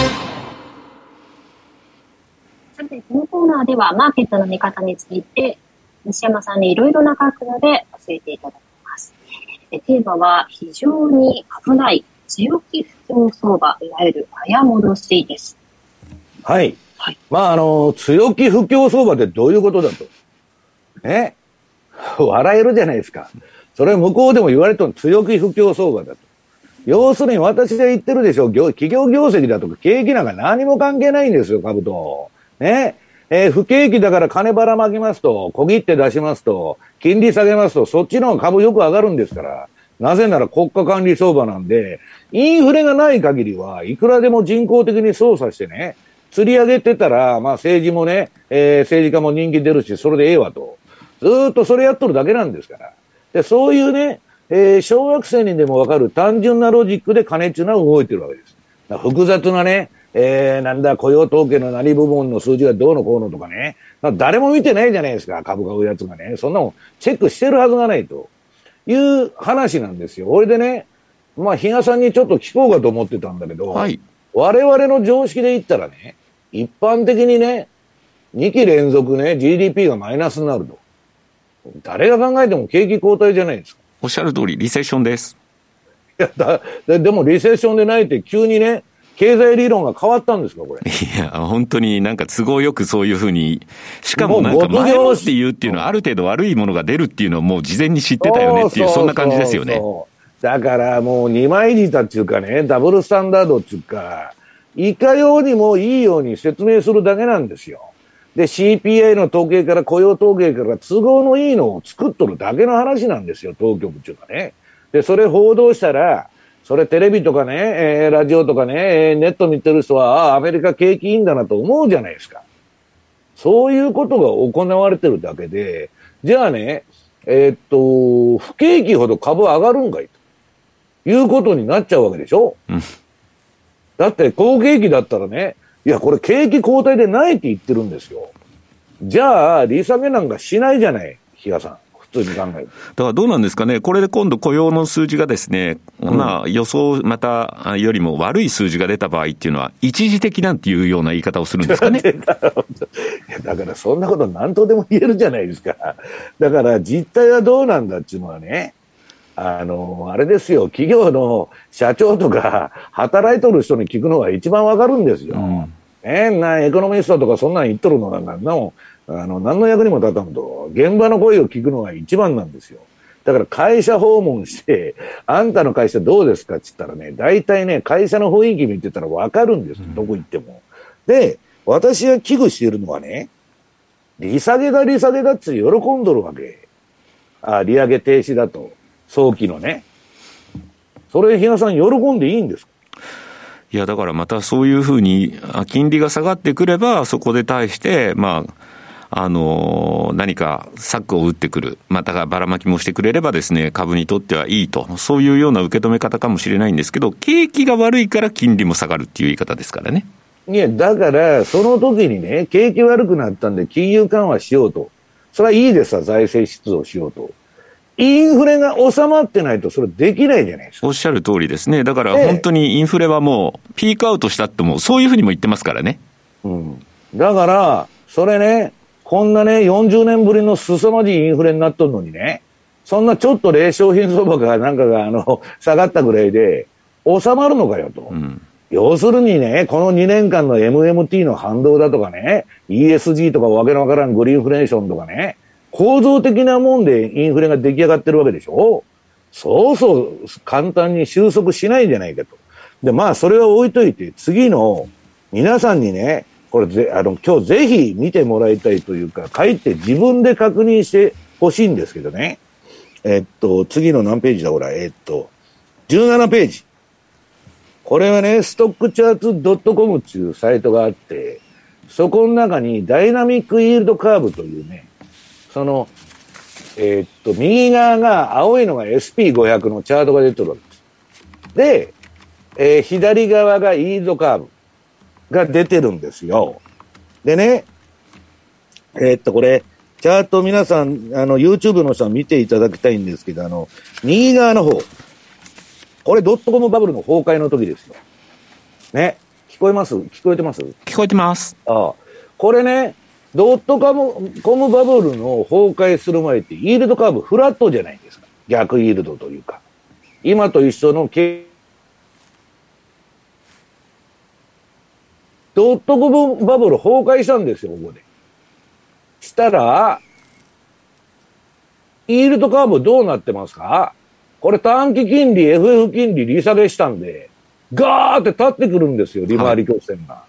さて、このコーナーではマーケットの見方について西山さんにいろいろな角度で教えていただきます。えテーマは非常に危ない強気不況相場、いわゆる早戻しです。 はい、はい、まああの強気不況相場ってどういうことだとね、笑えるじゃないですか。それは向こうでも言われてる強気不況相場だと。要するに私が言ってるでしょう、企業業績だとか景気なんか何も関係ないんですよ、株と。ね。えー、不景気だから金ばらまきますと、小切って出しますと、金利下げますと、そっちの方が株よく上がるんですから。なぜなら国家管理相場なんで、インフレがない限りはいくらでも人工的に操作してね、釣り上げてたら、まあ政治もね、えー、政治家も人気出るし、それでええわと。ずーっとそれやっとるだけなんですから。で、そういうね、えー、小学生にでもわかる単純なロジックで金っていうのは動いてるわけです。複雑なね、えー、なんだ、雇用統計の何部門の数字がどうのこうのとかね、誰も見てないじゃないですか、株買うやつがね。そんなのチェックしてるはずがないという話なんですよ。これでね、まあ、比嘉さんにちょっと聞こうかと思ってたんだけど、はい、我々の常識で言ったらね、一般的にね、にき連続ね、ジーディーピー がマイナスになると。誰が考えても景気後退じゃないですか。 おっしゃる通り、リセッションです。 いやだで、でもリセッションでないって急にね、経済理論が変わったんですか、これ。 いや、本当になんか都合よくそういうふうに、しかもなんか前もって言うっていうのはある程度悪いものが出るっていうのをもう事前に知ってたよねっていう、そんな感じですよね。そうそうそうだからもう二枚舌っていうかね、ダブルスタンダードっていうか、いかようにもいいように説明するだけなんですよ。で、シーピーアイ の統計から雇用統計から都合のいいのを作っとるだけの話なんですよ、当局っていうかね。で、それ報道したら、それテレビとかね、えー、ラジオとかね、ネット見てる人は、ああ、アメリカ景気いいんだなと思うじゃないですか。そういうことが行われてるだけで、じゃあね、えー、っと、不景気ほど株上がるんかいということになっちゃうわけでしょ。うん、だって好景気だったらね、いや、これ景気後退でないって言ってるんですよ。じゃあ、利下げなんかしないじゃない、比嘉さん。普通に考える。 だからどうなんですかね、これで今度雇用の数字がですね、うん、まあ予想またよりも悪い数字が出た場合っていうのは、一時的なんていうような言い方をするんですかね。 だからそんなこと何とでも言えるじゃないですか。だから実態はどうなんだっていうのはね、あの、あれですよ、企業の社長とか働いとる人に聞くのが一番わかるんですよ。うんえー、なエコノミストとかそんなん言っとるのが何の、あの、何の役にも立たんと、現場の声を聞くのが一番なんですよ。だから会社訪問して、あんたの会社どうですかって言ったらね、大体ね、会社の雰囲気見てたらわかるんですよ、どこ行っても。で、私が危惧しているのはね、利下げだ利下げだって喜んどるわけ。あ、利上げ停止だと。早期のね。それ、比嘉さん喜んでいいんですか？ いや、だからまたそういうふうに、金利が下がってくれば、そこで対して、まあ、あの、何か策を打ってくる。またばらまきもしてくれればですね、株にとってはいいと。そういうような受け止め方かもしれないんですけど、景気が悪いから金利も下がるっていう言い方ですからね。 いや、だから、その時にね、景気悪くなったんで金融緩和しようと。それはいいですわ、財政出動しようと。 インフレが収まってないとそれできないじゃないですか。 おっしゃる通りですね。だから本当にインフレはもうピークアウトしたってもそういうふうにも言ってますからね。 うん。だから、それね、こんなね、よんじゅうねんぶりの凄まじいインフレになっとるのにね、そんなちょっと冷商品相場がなんかが、あの、下がったぐらいで、収まるのかよと。うん、要するにね、このにねんかんの エムエムティー の反動だとかね、イーエスジー とかわけのわからんグリーンフレーションとかね、構造的なもんでインフレが出来上がってるわけでしょ。そうそう簡単に収束しないんじゃないかと。で、まあそれは置いといて、次の皆さんにね、これぜ、あの、今日ぜひ見てもらいたいというか、書いて自分で確認してほしいんですけどね。えっと、次の何ページだこれ、えっと、じゅうななページ。これはね、ストックチャーツ .com っていうサイトがあって、そこの中にダイナミックイールドカーブというね、その、えー、っと、右側が青いのが エスピーごひゃく のチャートが出てるわけです。で、えー、左側がイールドカーブが出てるんですよ。でね、えー、っと、これ、チャート皆さん、あの、YouTube の人は見ていただきたいんですけど、あの、右側の方、これドットコムバブルの崩壊の時ですよ。ね。聞こえます？聞こえてます？ 聞こえてます。 ああ。これね、ドットコム、コムバブルの崩壊する前ってイールドカーブフラットじゃないですか。逆イールドというか。今と一緒の経ドットコムバブル崩壊したんですよ、ここで。したら、イールドカーブどうなってますか？これ短期金利、エフエフ 金利利下げしたんで、ガーって立ってくるんですよ、利回り曲線が。はい、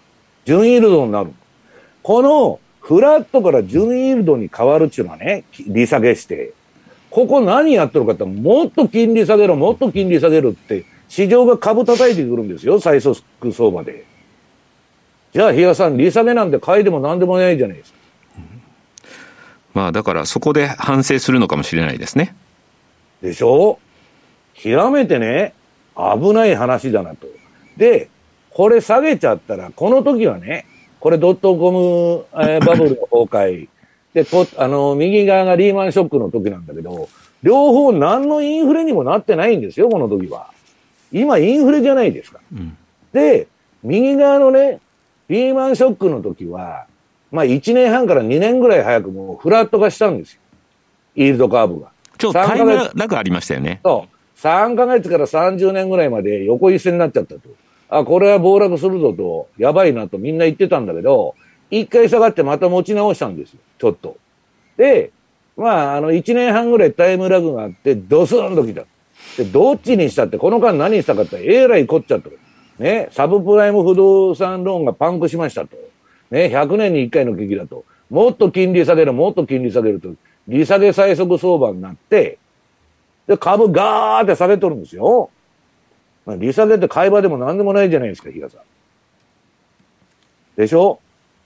純イールドになる。このフラットから純イールドに変わるっていうのはね、利下げして、ここ何やってるかってもっと金利下げろ、もっと金利下げるって、市場が株叩いてくるんですよ、最速相場で。じゃあ、比嘉さん、利下げなんて買いでも何でもないじゃないですか。 うん、まあ、だからそこで反省するのかもしれないですね。 でしょ？極めてね、危ない話だなと。で、これ下げちゃったら、この時はね、これドットコム、えー、バブルの崩壊。で、こ、あの、右側がリーマンショックの時なんだけど、両方何のインフレにもなってないんですよ、この時は。今インフレじゃないですか。うん、で、右側のね、リーマンショックの時は、まあいちねんはんからにねんぐらい早くもうフラット化したんですよ。イールドカーブが。 ちょっとタイムラグありましたよね。 そう。さんかげつからさんじゅうねんぐらいまで横一線になっちゃったと。あ、これは暴落するぞと、やばいなとみんな言ってたんだけど、一回下がってまた持ち直したんですよ。ちょっと。で、まあ、あの、一年半ぐらいタイムラグがあって、ドスンと来た。で、どっちにしたって、この間何したかって、えらいこっちゃった。ね、サブプライム不動産ローンがパンクしましたと。ね、ひゃくねんにいっかいの危機だと。もっと金利下げる、もっと金利下げると、利下げ最速相場になって、で、株ガーって下げとるんですよ。まあ、利下げって買い場でも何でもないじゃないですか、比嘉さん。でしょ？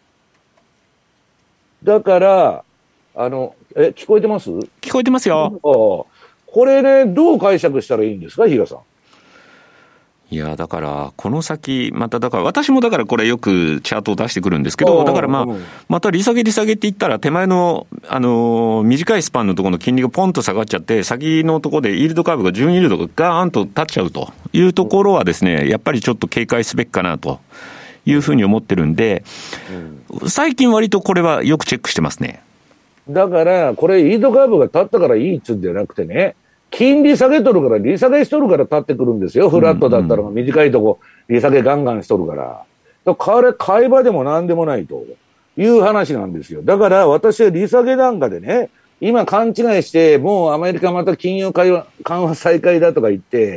だから、あの、え、聞こえてます？ 聞こえてますよ。 ああ、これね、どう解釈したらいいんですか、比嘉さん。 いや、だから、この先、まただから、私もだからこれよくチャートを出してくるんですけど、だからまあ、また利下げ利下げって言ったら、手前の、あのー、短いスパンのところの金利がポンと下がっちゃって、先のところでイールドカーブが純イールドがガーンと立っちゃうというところはですね、やっぱりちょっと警戒すべきかなというふうに思ってるんで、最近割とこれはよくチェックしてますね。 だから、これ、イールドカーブが立ったからいいっつうんじゃなくてね、金利下げとるから、利下げしとるから立ってくるんですよ。フラットだったら短いとこ、利下げガンガンしとるから。だから、買い場でも何でもないという話なんですよ。だから、私は利下げなんかでね、今勘違いして、もうアメリカまた金融緩和再開だとか言って、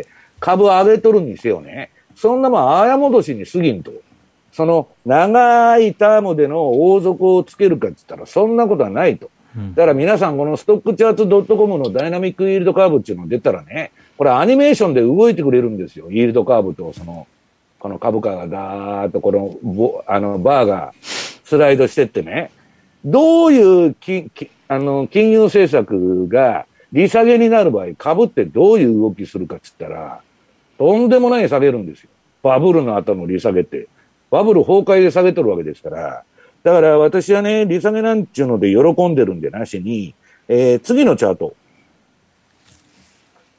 株上げとるんですよね。そんなもん、あや戻しに過ぎんと。その、長いタームでの王族をつけるかって言ったら、そんなことはないと。だから皆さんこのストックチャート .com のダイナミックイールドカーブっていうの出たらね、これアニメーションで動いてくれるんですよ。イールドカーブとその、この株価がガーッとこの、あの、バーがスライドしてってね、どういうききあの金融政策が利下げになる場合、株ってどういう動きするかって言ったら、とんでもない下げるんですよ。バブルの後の利下げって。バブル崩壊で下げとるわけですから、だから私はね、利下げなんちゅうので喜んでるんでなしに、えー、次のチャート。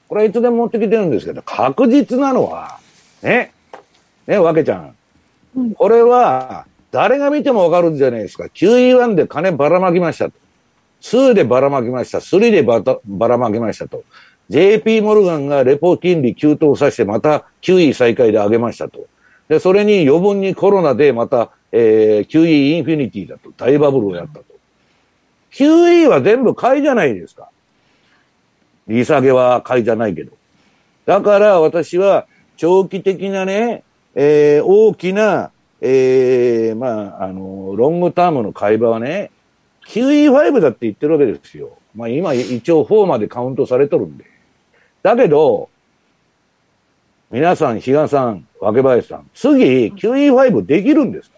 これはいつでも持ってきてるんですけど、確実なのは、ね、ね、わけちゃん。うん、これは、誰が見てもわかるんじゃないですか。キューイーワン で金ばらまきましたと。にでばらまきました。さんでばたばらまきましたと。ジェーピー モルガンがレポ金利急騰させてまた キューイー 再開で上げましたと。で、それに余分にコロナでまた、えー、キューイー インフィニティだと。大バブルをやったと。キューイー は全部買いじゃないですか。利下げは買いじゃないけど。だから私は長期的なね、えー、大きな、えー、まあ、あの、ロングタームの買い場はね、キューイーファイブ だって言ってるわけですよ。まあ今一応よんまでカウントされとるんで。だけど、皆さん、比嘉さん、若林さん、次、キューイーファイブ できるんですか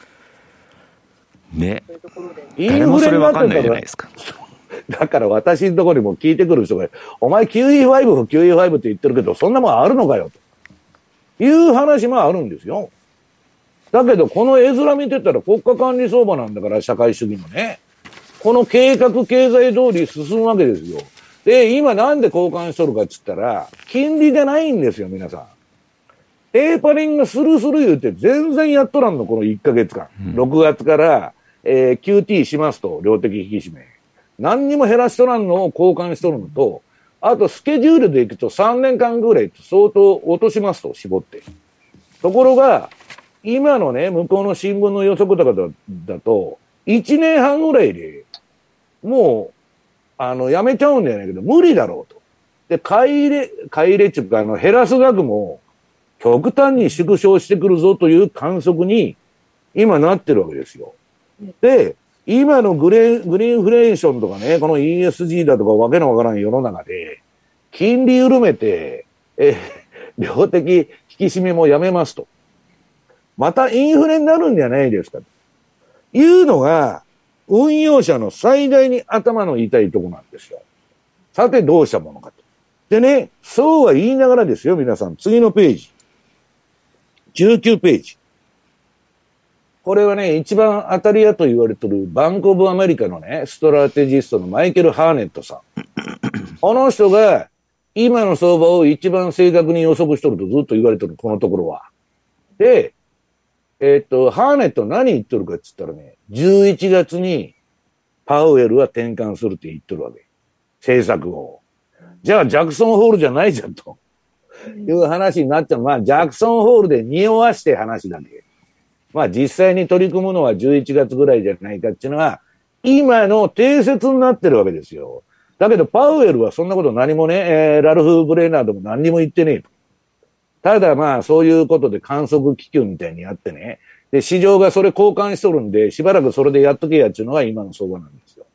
ね。 インフレになってたら、誰もそれ分かんないじゃないですか。だから私のところにも聞いてくる人が、お前 キューイーファイブ キューイーファイブ って言ってるけど、そんなもんあるのかよ、という話もあるんですよ。だけど、この絵面見てたら国家管理相場なんだから、社会主義のね。この計画経済通り進むわけですよ。で、今なんで交換しとるかって言ったら、金利じゃないんですよ、皆さん。テーパリングするする言うて全然やっとらんの、このいっかげつかん。うん、ろくがつから、えー、キューティー しますと、量的引き締め。何にも減らしとらんのを交換しとるのと、あとスケジュールでいくとさんねんかんぐらい相当落としますと、絞って。ところが、今のね、向こうの新聞の予測高だだと、いちねんはんぐらいで、もう、あの、やめちゃうんじゃないけど、無理だろうと。で、買い入れ、買い入れっていうか、あの、減らす額も、極端に縮小してくるぞという観測に、今なってるわけですよ。で、今のグレー、グリーンフレーションとかね、この イーエスジー だとかわけのわからん世の中で、金利緩めて、え、量的引き締めもやめますと。またインフレになるんじゃないですか。というのが、運用者の最大に頭の痛いとこなんですよ。さてどうしたものかと。でね、そうは言いながらですよ、皆さん。次のページ。じゅうきゅうページ。これはね、一番当たり屋と言われてるバンクオブアメリカのね、ストラテジストのマイケル・ハーネットさん。この人が今の相場を一番正確に予測しとるとずっと言われてる、このところは。で、えー、っと、ハーネット何言っとるかって言ったらね、じゅういちがつにパウエルは転換するって言っとるわけ。政策を。じゃあジャクソンホールじゃないじゃんという話になっちゃう。まあジャクソンホールで匂わして話だけ。まあ実際に取り組むのはじゅういちがつぐらいじゃないかっていうのが今の定説になってるわけですよ。だけどパウエルはそんなこと何もね、えー、ラルフ・ブレーナードも何にも言ってねえと。ただまあそういうことで観測気球みたいにやってね。で、市場がそれ交換しとるんで、しばらくそれでやっとけやっていうのが今の相場なんですよ。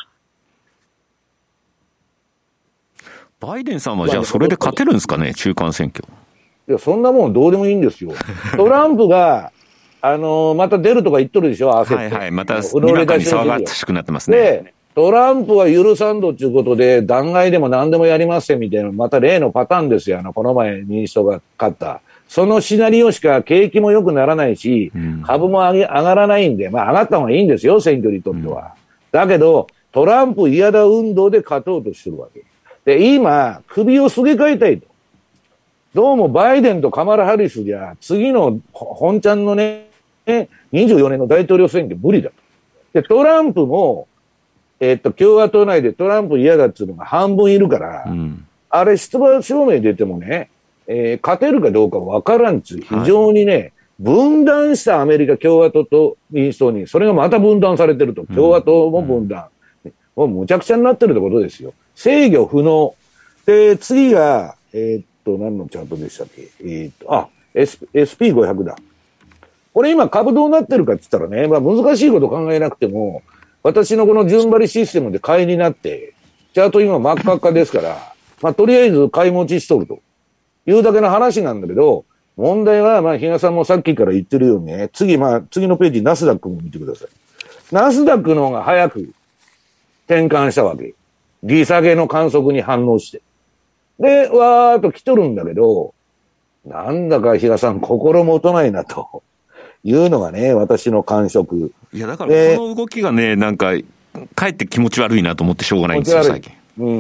バイデンさんはじゃあそれで勝てるんですかね、中間選挙。 いや、そんなもんどうでもいいんですよ。トランプが、あのー、また出るとか言っとるでしょ、焦って。 はいはい、また、にわかに騒がしくなってますね。 で、トランプは許さんどっていうことで、弾劾でも何でもやりませんみたいな、また例のパターンですよ。あの、この前民主党が勝った。そのシナリオしか景気も良くならないし、うん、株も上げ、上がらないんで、まあ上がった方がいいんですよ、選挙にとっては。うん、だけど、トランプ嫌だ運動で勝とうとしてるわけ。で、今、首をすげ替えたいと。どうもバイデンとカマラ・ハリスじゃ、次の本ちゃんのね、にじゅうよねんの大統領選挙無理だと。で、トランプも、えっと、共和党内でトランプ嫌だっていうのが半分いるから、うん、あれ出馬証明出てもね、えー、勝てるかどうかわからんつ、非常にね、はい、分断したアメリカ共和党と民主党に、それがまた分断されてると。共和党も分断。うんうん、もうむちゃくちゃになってるってことですよ。制御不能。で、次が、えー、っと、何のチャートでしたっけえー、っと、あ、エスピーごひゃく だ。これ今株どうなってるかって言ったらね、まあ難しいこと考えなくても、私のこの順張りシステムで買いになって、チャート今真っ赤っかですから、まあとりあえず買い持ちしとるというだけの話なんだけど、問題は、まあ比嘉さんもさっきから言ってるようにね、次、まあ次のページナスダックも見てください。ナスダックの方が早く転換したわけ。利下げの観測に反応して。で、わーっと来とるんだけど、なんだか比嘉さん心もとないなと。いうのがね、私の感触。 いや、だからこの動きがね、なんか、かえって気持ち悪いなと思ってしょうがないんですよ、最近。 うん。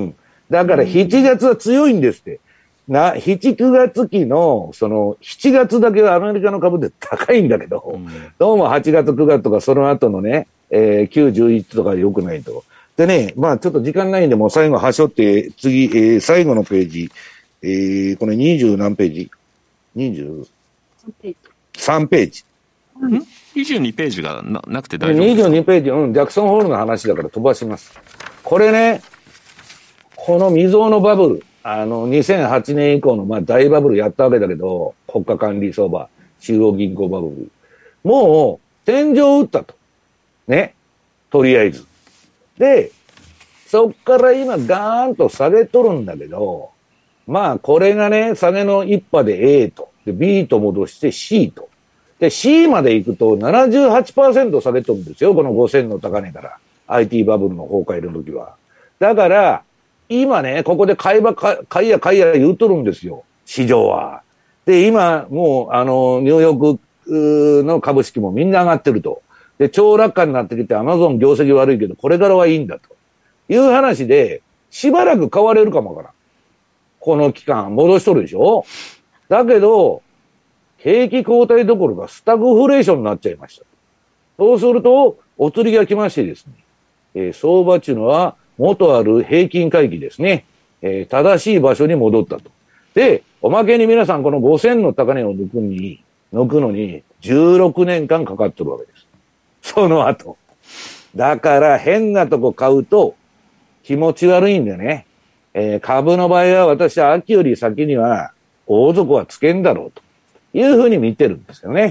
だからしちがつは強いんですって。な、しち、くがつ期の、その、しちがつだけはアメリカの株って高いんだけど、うん、どうもはちがつ、くがつとかその後のね、えー、きゅう、じゅういちとか良くないと。でね、まあちょっと時間ないんでもう最後はしょって、次、えー、最後のページ、えー、これにじゅう何ページ ?にじゅうさんページ。 ん ?にじゅうにページが な, なくて大丈夫ですか？ にじゅうにページ、うん、ジャクソンホールの話だから飛ばします。これね、この未曾有のバブル、あの、にせんはちねん以降の、まあ、大バブルやったわけだけど、国家管理相場、中央銀行バブル。もう、天井を打ったと。ね。とりあえず。で、そっから今ガーンと下げとるんだけど、まあ、これがね、下げの一波で A と、で B と戻して C と。で、C まで行くと ななじゅうはちパーセント 下げとるんですよ。このごせんの高値から。アイティー バブルの崩壊の時は。だから、今ね、ここで買いばか、買いや買いや言うとるんですよ。市場は。で、今、もう、あの、ニューヨークの株式もみんな上がってると。で、超落下になってきて、アマゾン業績悪いけど、これからはいいんだと。いう話で、しばらく買われるかもわからん。この期間、戻しとるでしょ？だけど、景気後退どころかスタグフレーションになっちゃいました。そうすると、お釣りが来ましてですね、えー、相場っていうのは、元ある平均回帰ですね、えー、正しい場所に戻ったと。で、おまけに皆さんこのごせんの高値を抜くに、抜くのにじゅうろくねんかんかかってるわけです。その後。だから変なとこ買うと気持ち悪いんでね、えー、株の場合は私は秋より先には大底はつけんだろうというふうに見てるんですよね。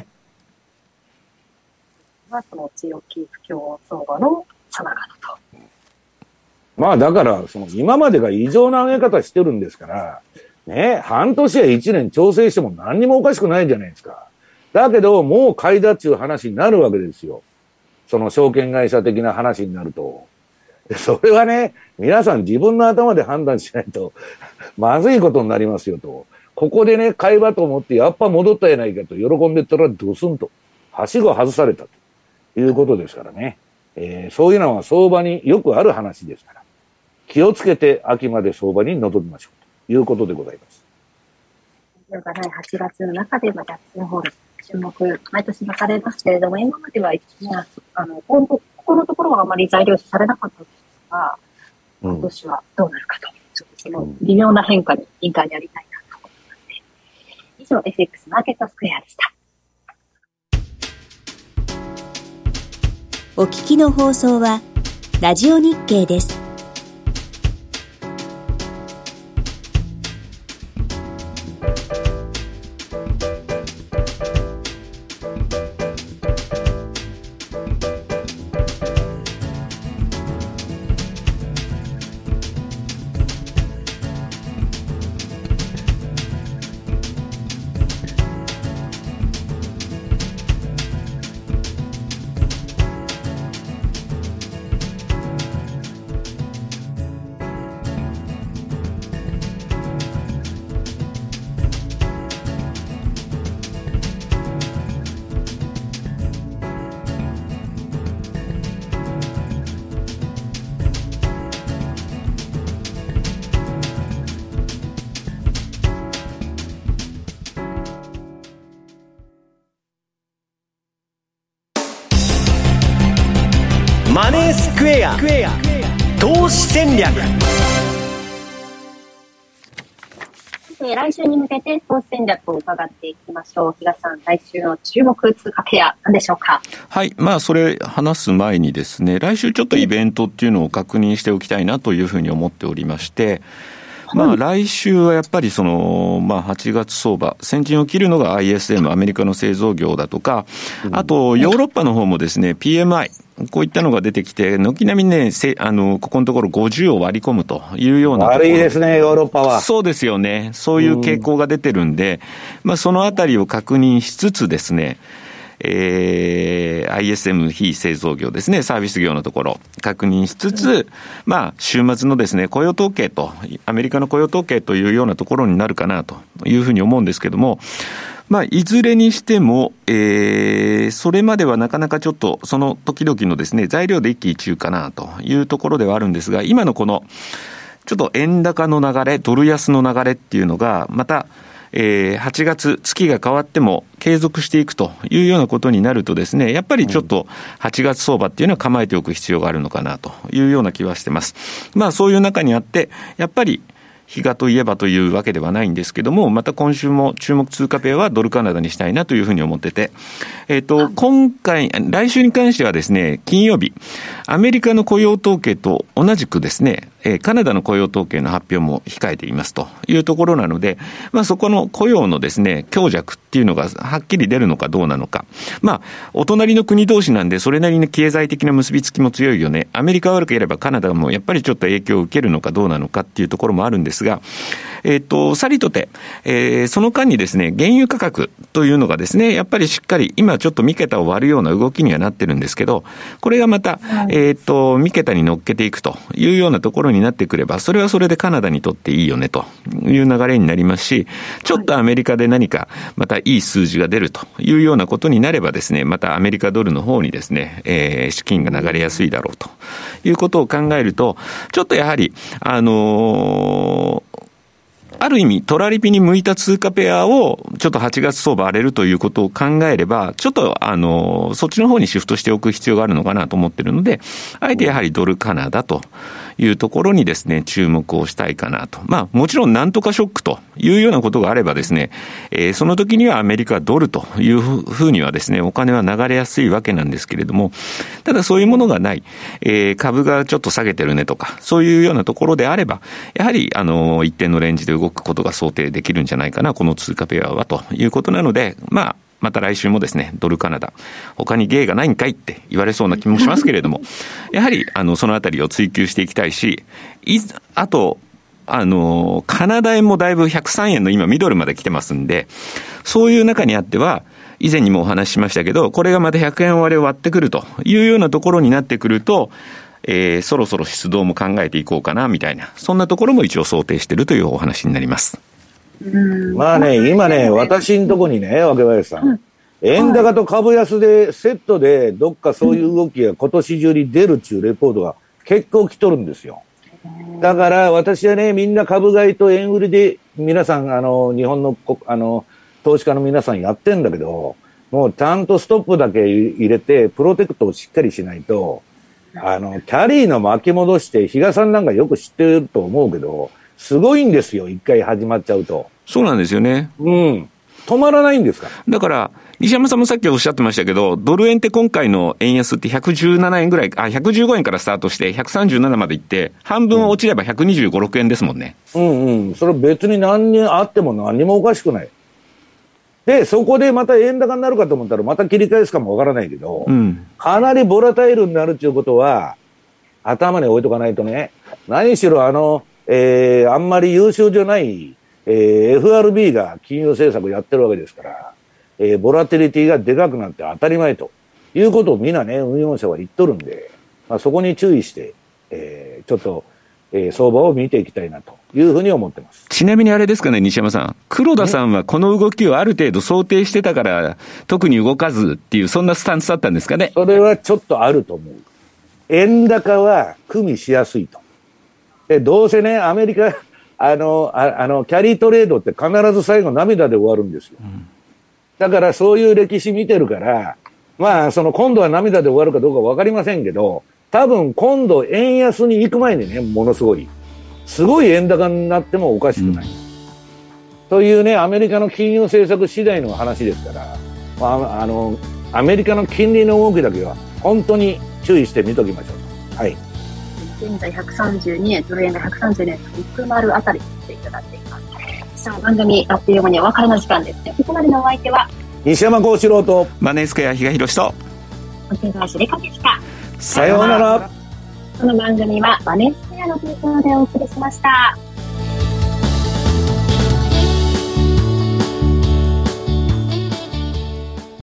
まあ、その強気不況相場のさながらと。 まあだから、その今までが異常な上げ方してるんですから、ね、半年や一年調整しても何にもおかしくないじゃないですか。だけど、もう買いだっちゅう話になるわけですよ。その証券会社的な話になると。それはね、皆さん自分の頭で判断しないと、まずいことになりますよと。ここでね、買い場と思ってやっぱ戻ったやないかと喜んでったらドスンと、はしご外されたということですからね。えー、そういうのは相場によくある話ですから。気をつけて秋まで相場に臨みましょうということでございます。 がないはちがつの中で、まあ、ジャクソンホール注目、毎年なされますけれども、今までは、ね、あのこここのところはあまり材料視されなかったんですが、うん、今年はどうなるかと、ちょっとその微妙な変化に敏感になりたいなと思いますね。以上、エフエックス マーケットスクエアでした。 お聞きの放送はラジオ日経です。 マネースクエア投資戦略。 来週に向けて投資戦略を伺っていきましょう。比嘉さん、来週の注目通貨ペア何でしょうか？ はい、まあそれ話す前にですね、来週ちょっとイベントっていうのを確認しておきたいなというふうに思っておりまして、まあ来週はやっぱりその、まあはちがつ相場、先陣を切るのが アイエスエム、アメリカの製造業だとか、あとヨーロッパの方もですね、ピーエムアイ、こういったのが出てきて、軒並みね、せあの、ここのところごじゅうを割り込むというようなところ。 悪いですね、ヨーロッパは。 そうですよね。そういう傾向が出てるんで、まあそのあたりを確認しつつですね、えー、アイエスエム 非製造業ですね、サービス業のところ確認しつつ、まあ週末のですね、雇用統計と、アメリカの雇用統計というようなところになるかなというふうに思うんですけども、まあ、いずれにしても、えー、それまではなかなかちょっと、その時々のですね、材料で一喜一憂かなというところではあるんですが、今のこの、 ちょっと円高の流れ、ドル安の流れっていうのが、また、えー、はちがつ、月が変わっても継続していくというようなことになるとですね、やっぱりちょっとはちがつ相場っていうのは構えておく必要があるのかなというような気はしてます。まあそういう中にあって、やっぱり日がといえばというわけではないんですけども、また今週も注目通貨ペアはドルカナダにしたいなというふうに思ってて、えっと、今回、来週に関してはですね、金曜日、アメリカの雇用統計と同じくですね、カナダの雇用統計の発表も控えていますというところなので、まあそこの雇用のですね、強弱っていうのがはっきり出るのかどうなのか。まあ、お隣の国同士なんで、それなりに経済的な結びつきも強いよね。アメリカが悪ければカナダもやっぱりちょっと影響を受けるのかどうなのかっていうところもあるんですが、えっと、さりとて、えー、その間にですね、原油価格というのがですね、やっぱりしっかり、今ちょっと三桁を割るような動きにはなってるんですけど、これがまた、えっと、三桁に乗っけていくというようなところになってくれば、それはそれでカナダにとっていいよねという流れになりますし、ちょっとアメリカで何かまたいい数字が出るというようなことになればですね、またアメリカドルの方にですね、えー、資金が流れやすいだろうということを考えると、ちょっとやはり、あのー、ある意味トラリピに向いた通貨ペアをちょっとはちがつ相場荒れるということを考えれば、ちょっとあのそっちの方にシフトしておく必要があるのかなと思ってるので、あえてやはりドルカナダというところにですね、注目をしたいかなと。まあもちろんなんとかショックというようなことがあればですね、えー、その時にはアメリカドルというふうにはですね、お金は流れやすいわけなんですけれども、ただそういうものがない、えー、株がちょっと下げてるねとか、そういうようなところであれば、やはりあの一定のレンジで動くことが想定できるんじゃないかな、この通貨ペアはということなので、まあまた来週もですね、ドルカナダ、他に芸がないんかいって言われそうな気もしますけれども、やはりあのそのあたりを追求していきたいし、いあとあのカナダ円もだいぶひゃくさんえんの今ミドルまで来てますんで、そういう中にあっては以前にもお話ししましたけど、これがまたひゃくえん割れを割ってくるというようなところになってくると、えー、そろそろ出動も考えていこうかなみたいな、そんなところも一応想定しているというお話になります。 まあね、今ね、私のとこにね、若林さん、うん、円高と株安でセットでどっかそういう動きが今年中に出るっていうレポートが結構来とるんですよ。だから私はね、みんな株買いと円売りで皆さん、あの、日本の、あの、投資家の皆さんやってんだけど、もうちゃんとストップだけ入れて、プロテクトをしっかりしないと、あの、キャリーの巻き戻して、比嘉さんなんかよく知ってると思うけど、すごいんですよ、一回始まっちゃうと。 そうなんですよね。 うん。止まらないんですか。 だから、西山さんもさっきおっしゃってましたけど、ドル円って今回の円安ってひゃくじゅうななえんぐらい、あ、ひゃくじゅうごえんからスタートしてひゃくさんじゅうななまで行って、半分落ちればひゃくにじゅうご、ろくえんですもんね。 うんうん。それ別に何にあっても何にもおかしくない。で、そこでまた円高になるかと思ったらまた切り返すかもわからないけど、うん、かなりボラタイルになるっていうことは、頭に置いとかないとね、何しろあの、えー、あんまり優秀じゃない、えー、エフアールビー が金融政策やってるわけですから、えー、ボラティリティがでかくなって当たり前ということをみんなね、運用者は言っとるんで、まあ、そこに注意して、えー、ちょっと、えー、相場を見ていきたいなというふうに思ってます。 ちなみにあれですかね、西山さん。黒田さんはこの動きをある程度想定してたから、特に動かずっていう、そんなスタンスだったんですかね。 それはちょっとあると思う。円高は組みしやすいと。で、どうせね、アメリカ、あの、あ, あの、キャリートレードって必ず最後涙で終わるんですよ。うん、だからそういう歴史見てるから、まあ、その今度は涙で終わるかどうかわかりませんけど、多分今度円安に行く前にね、ものすごい、すごい円高になってもおかしくない。うん、というね、アメリカの金融政策次第の話ですから、まあ、あの、アメリカの金利の動きだけは本当に注意して見ときましょう。はい。 現在ひゃくさんじゅうにえん、ドル円がひゃくさんじゅうえんとろくじゅうあたりといただいています。さあ、番組あっという間にお別れの時間ですね。ここまでのお相手は西山幸四郎とマネースクエア比嘉宏と保険会社でかけした。 さようなら。 この番組はマネースクエアの提供でお送りしました。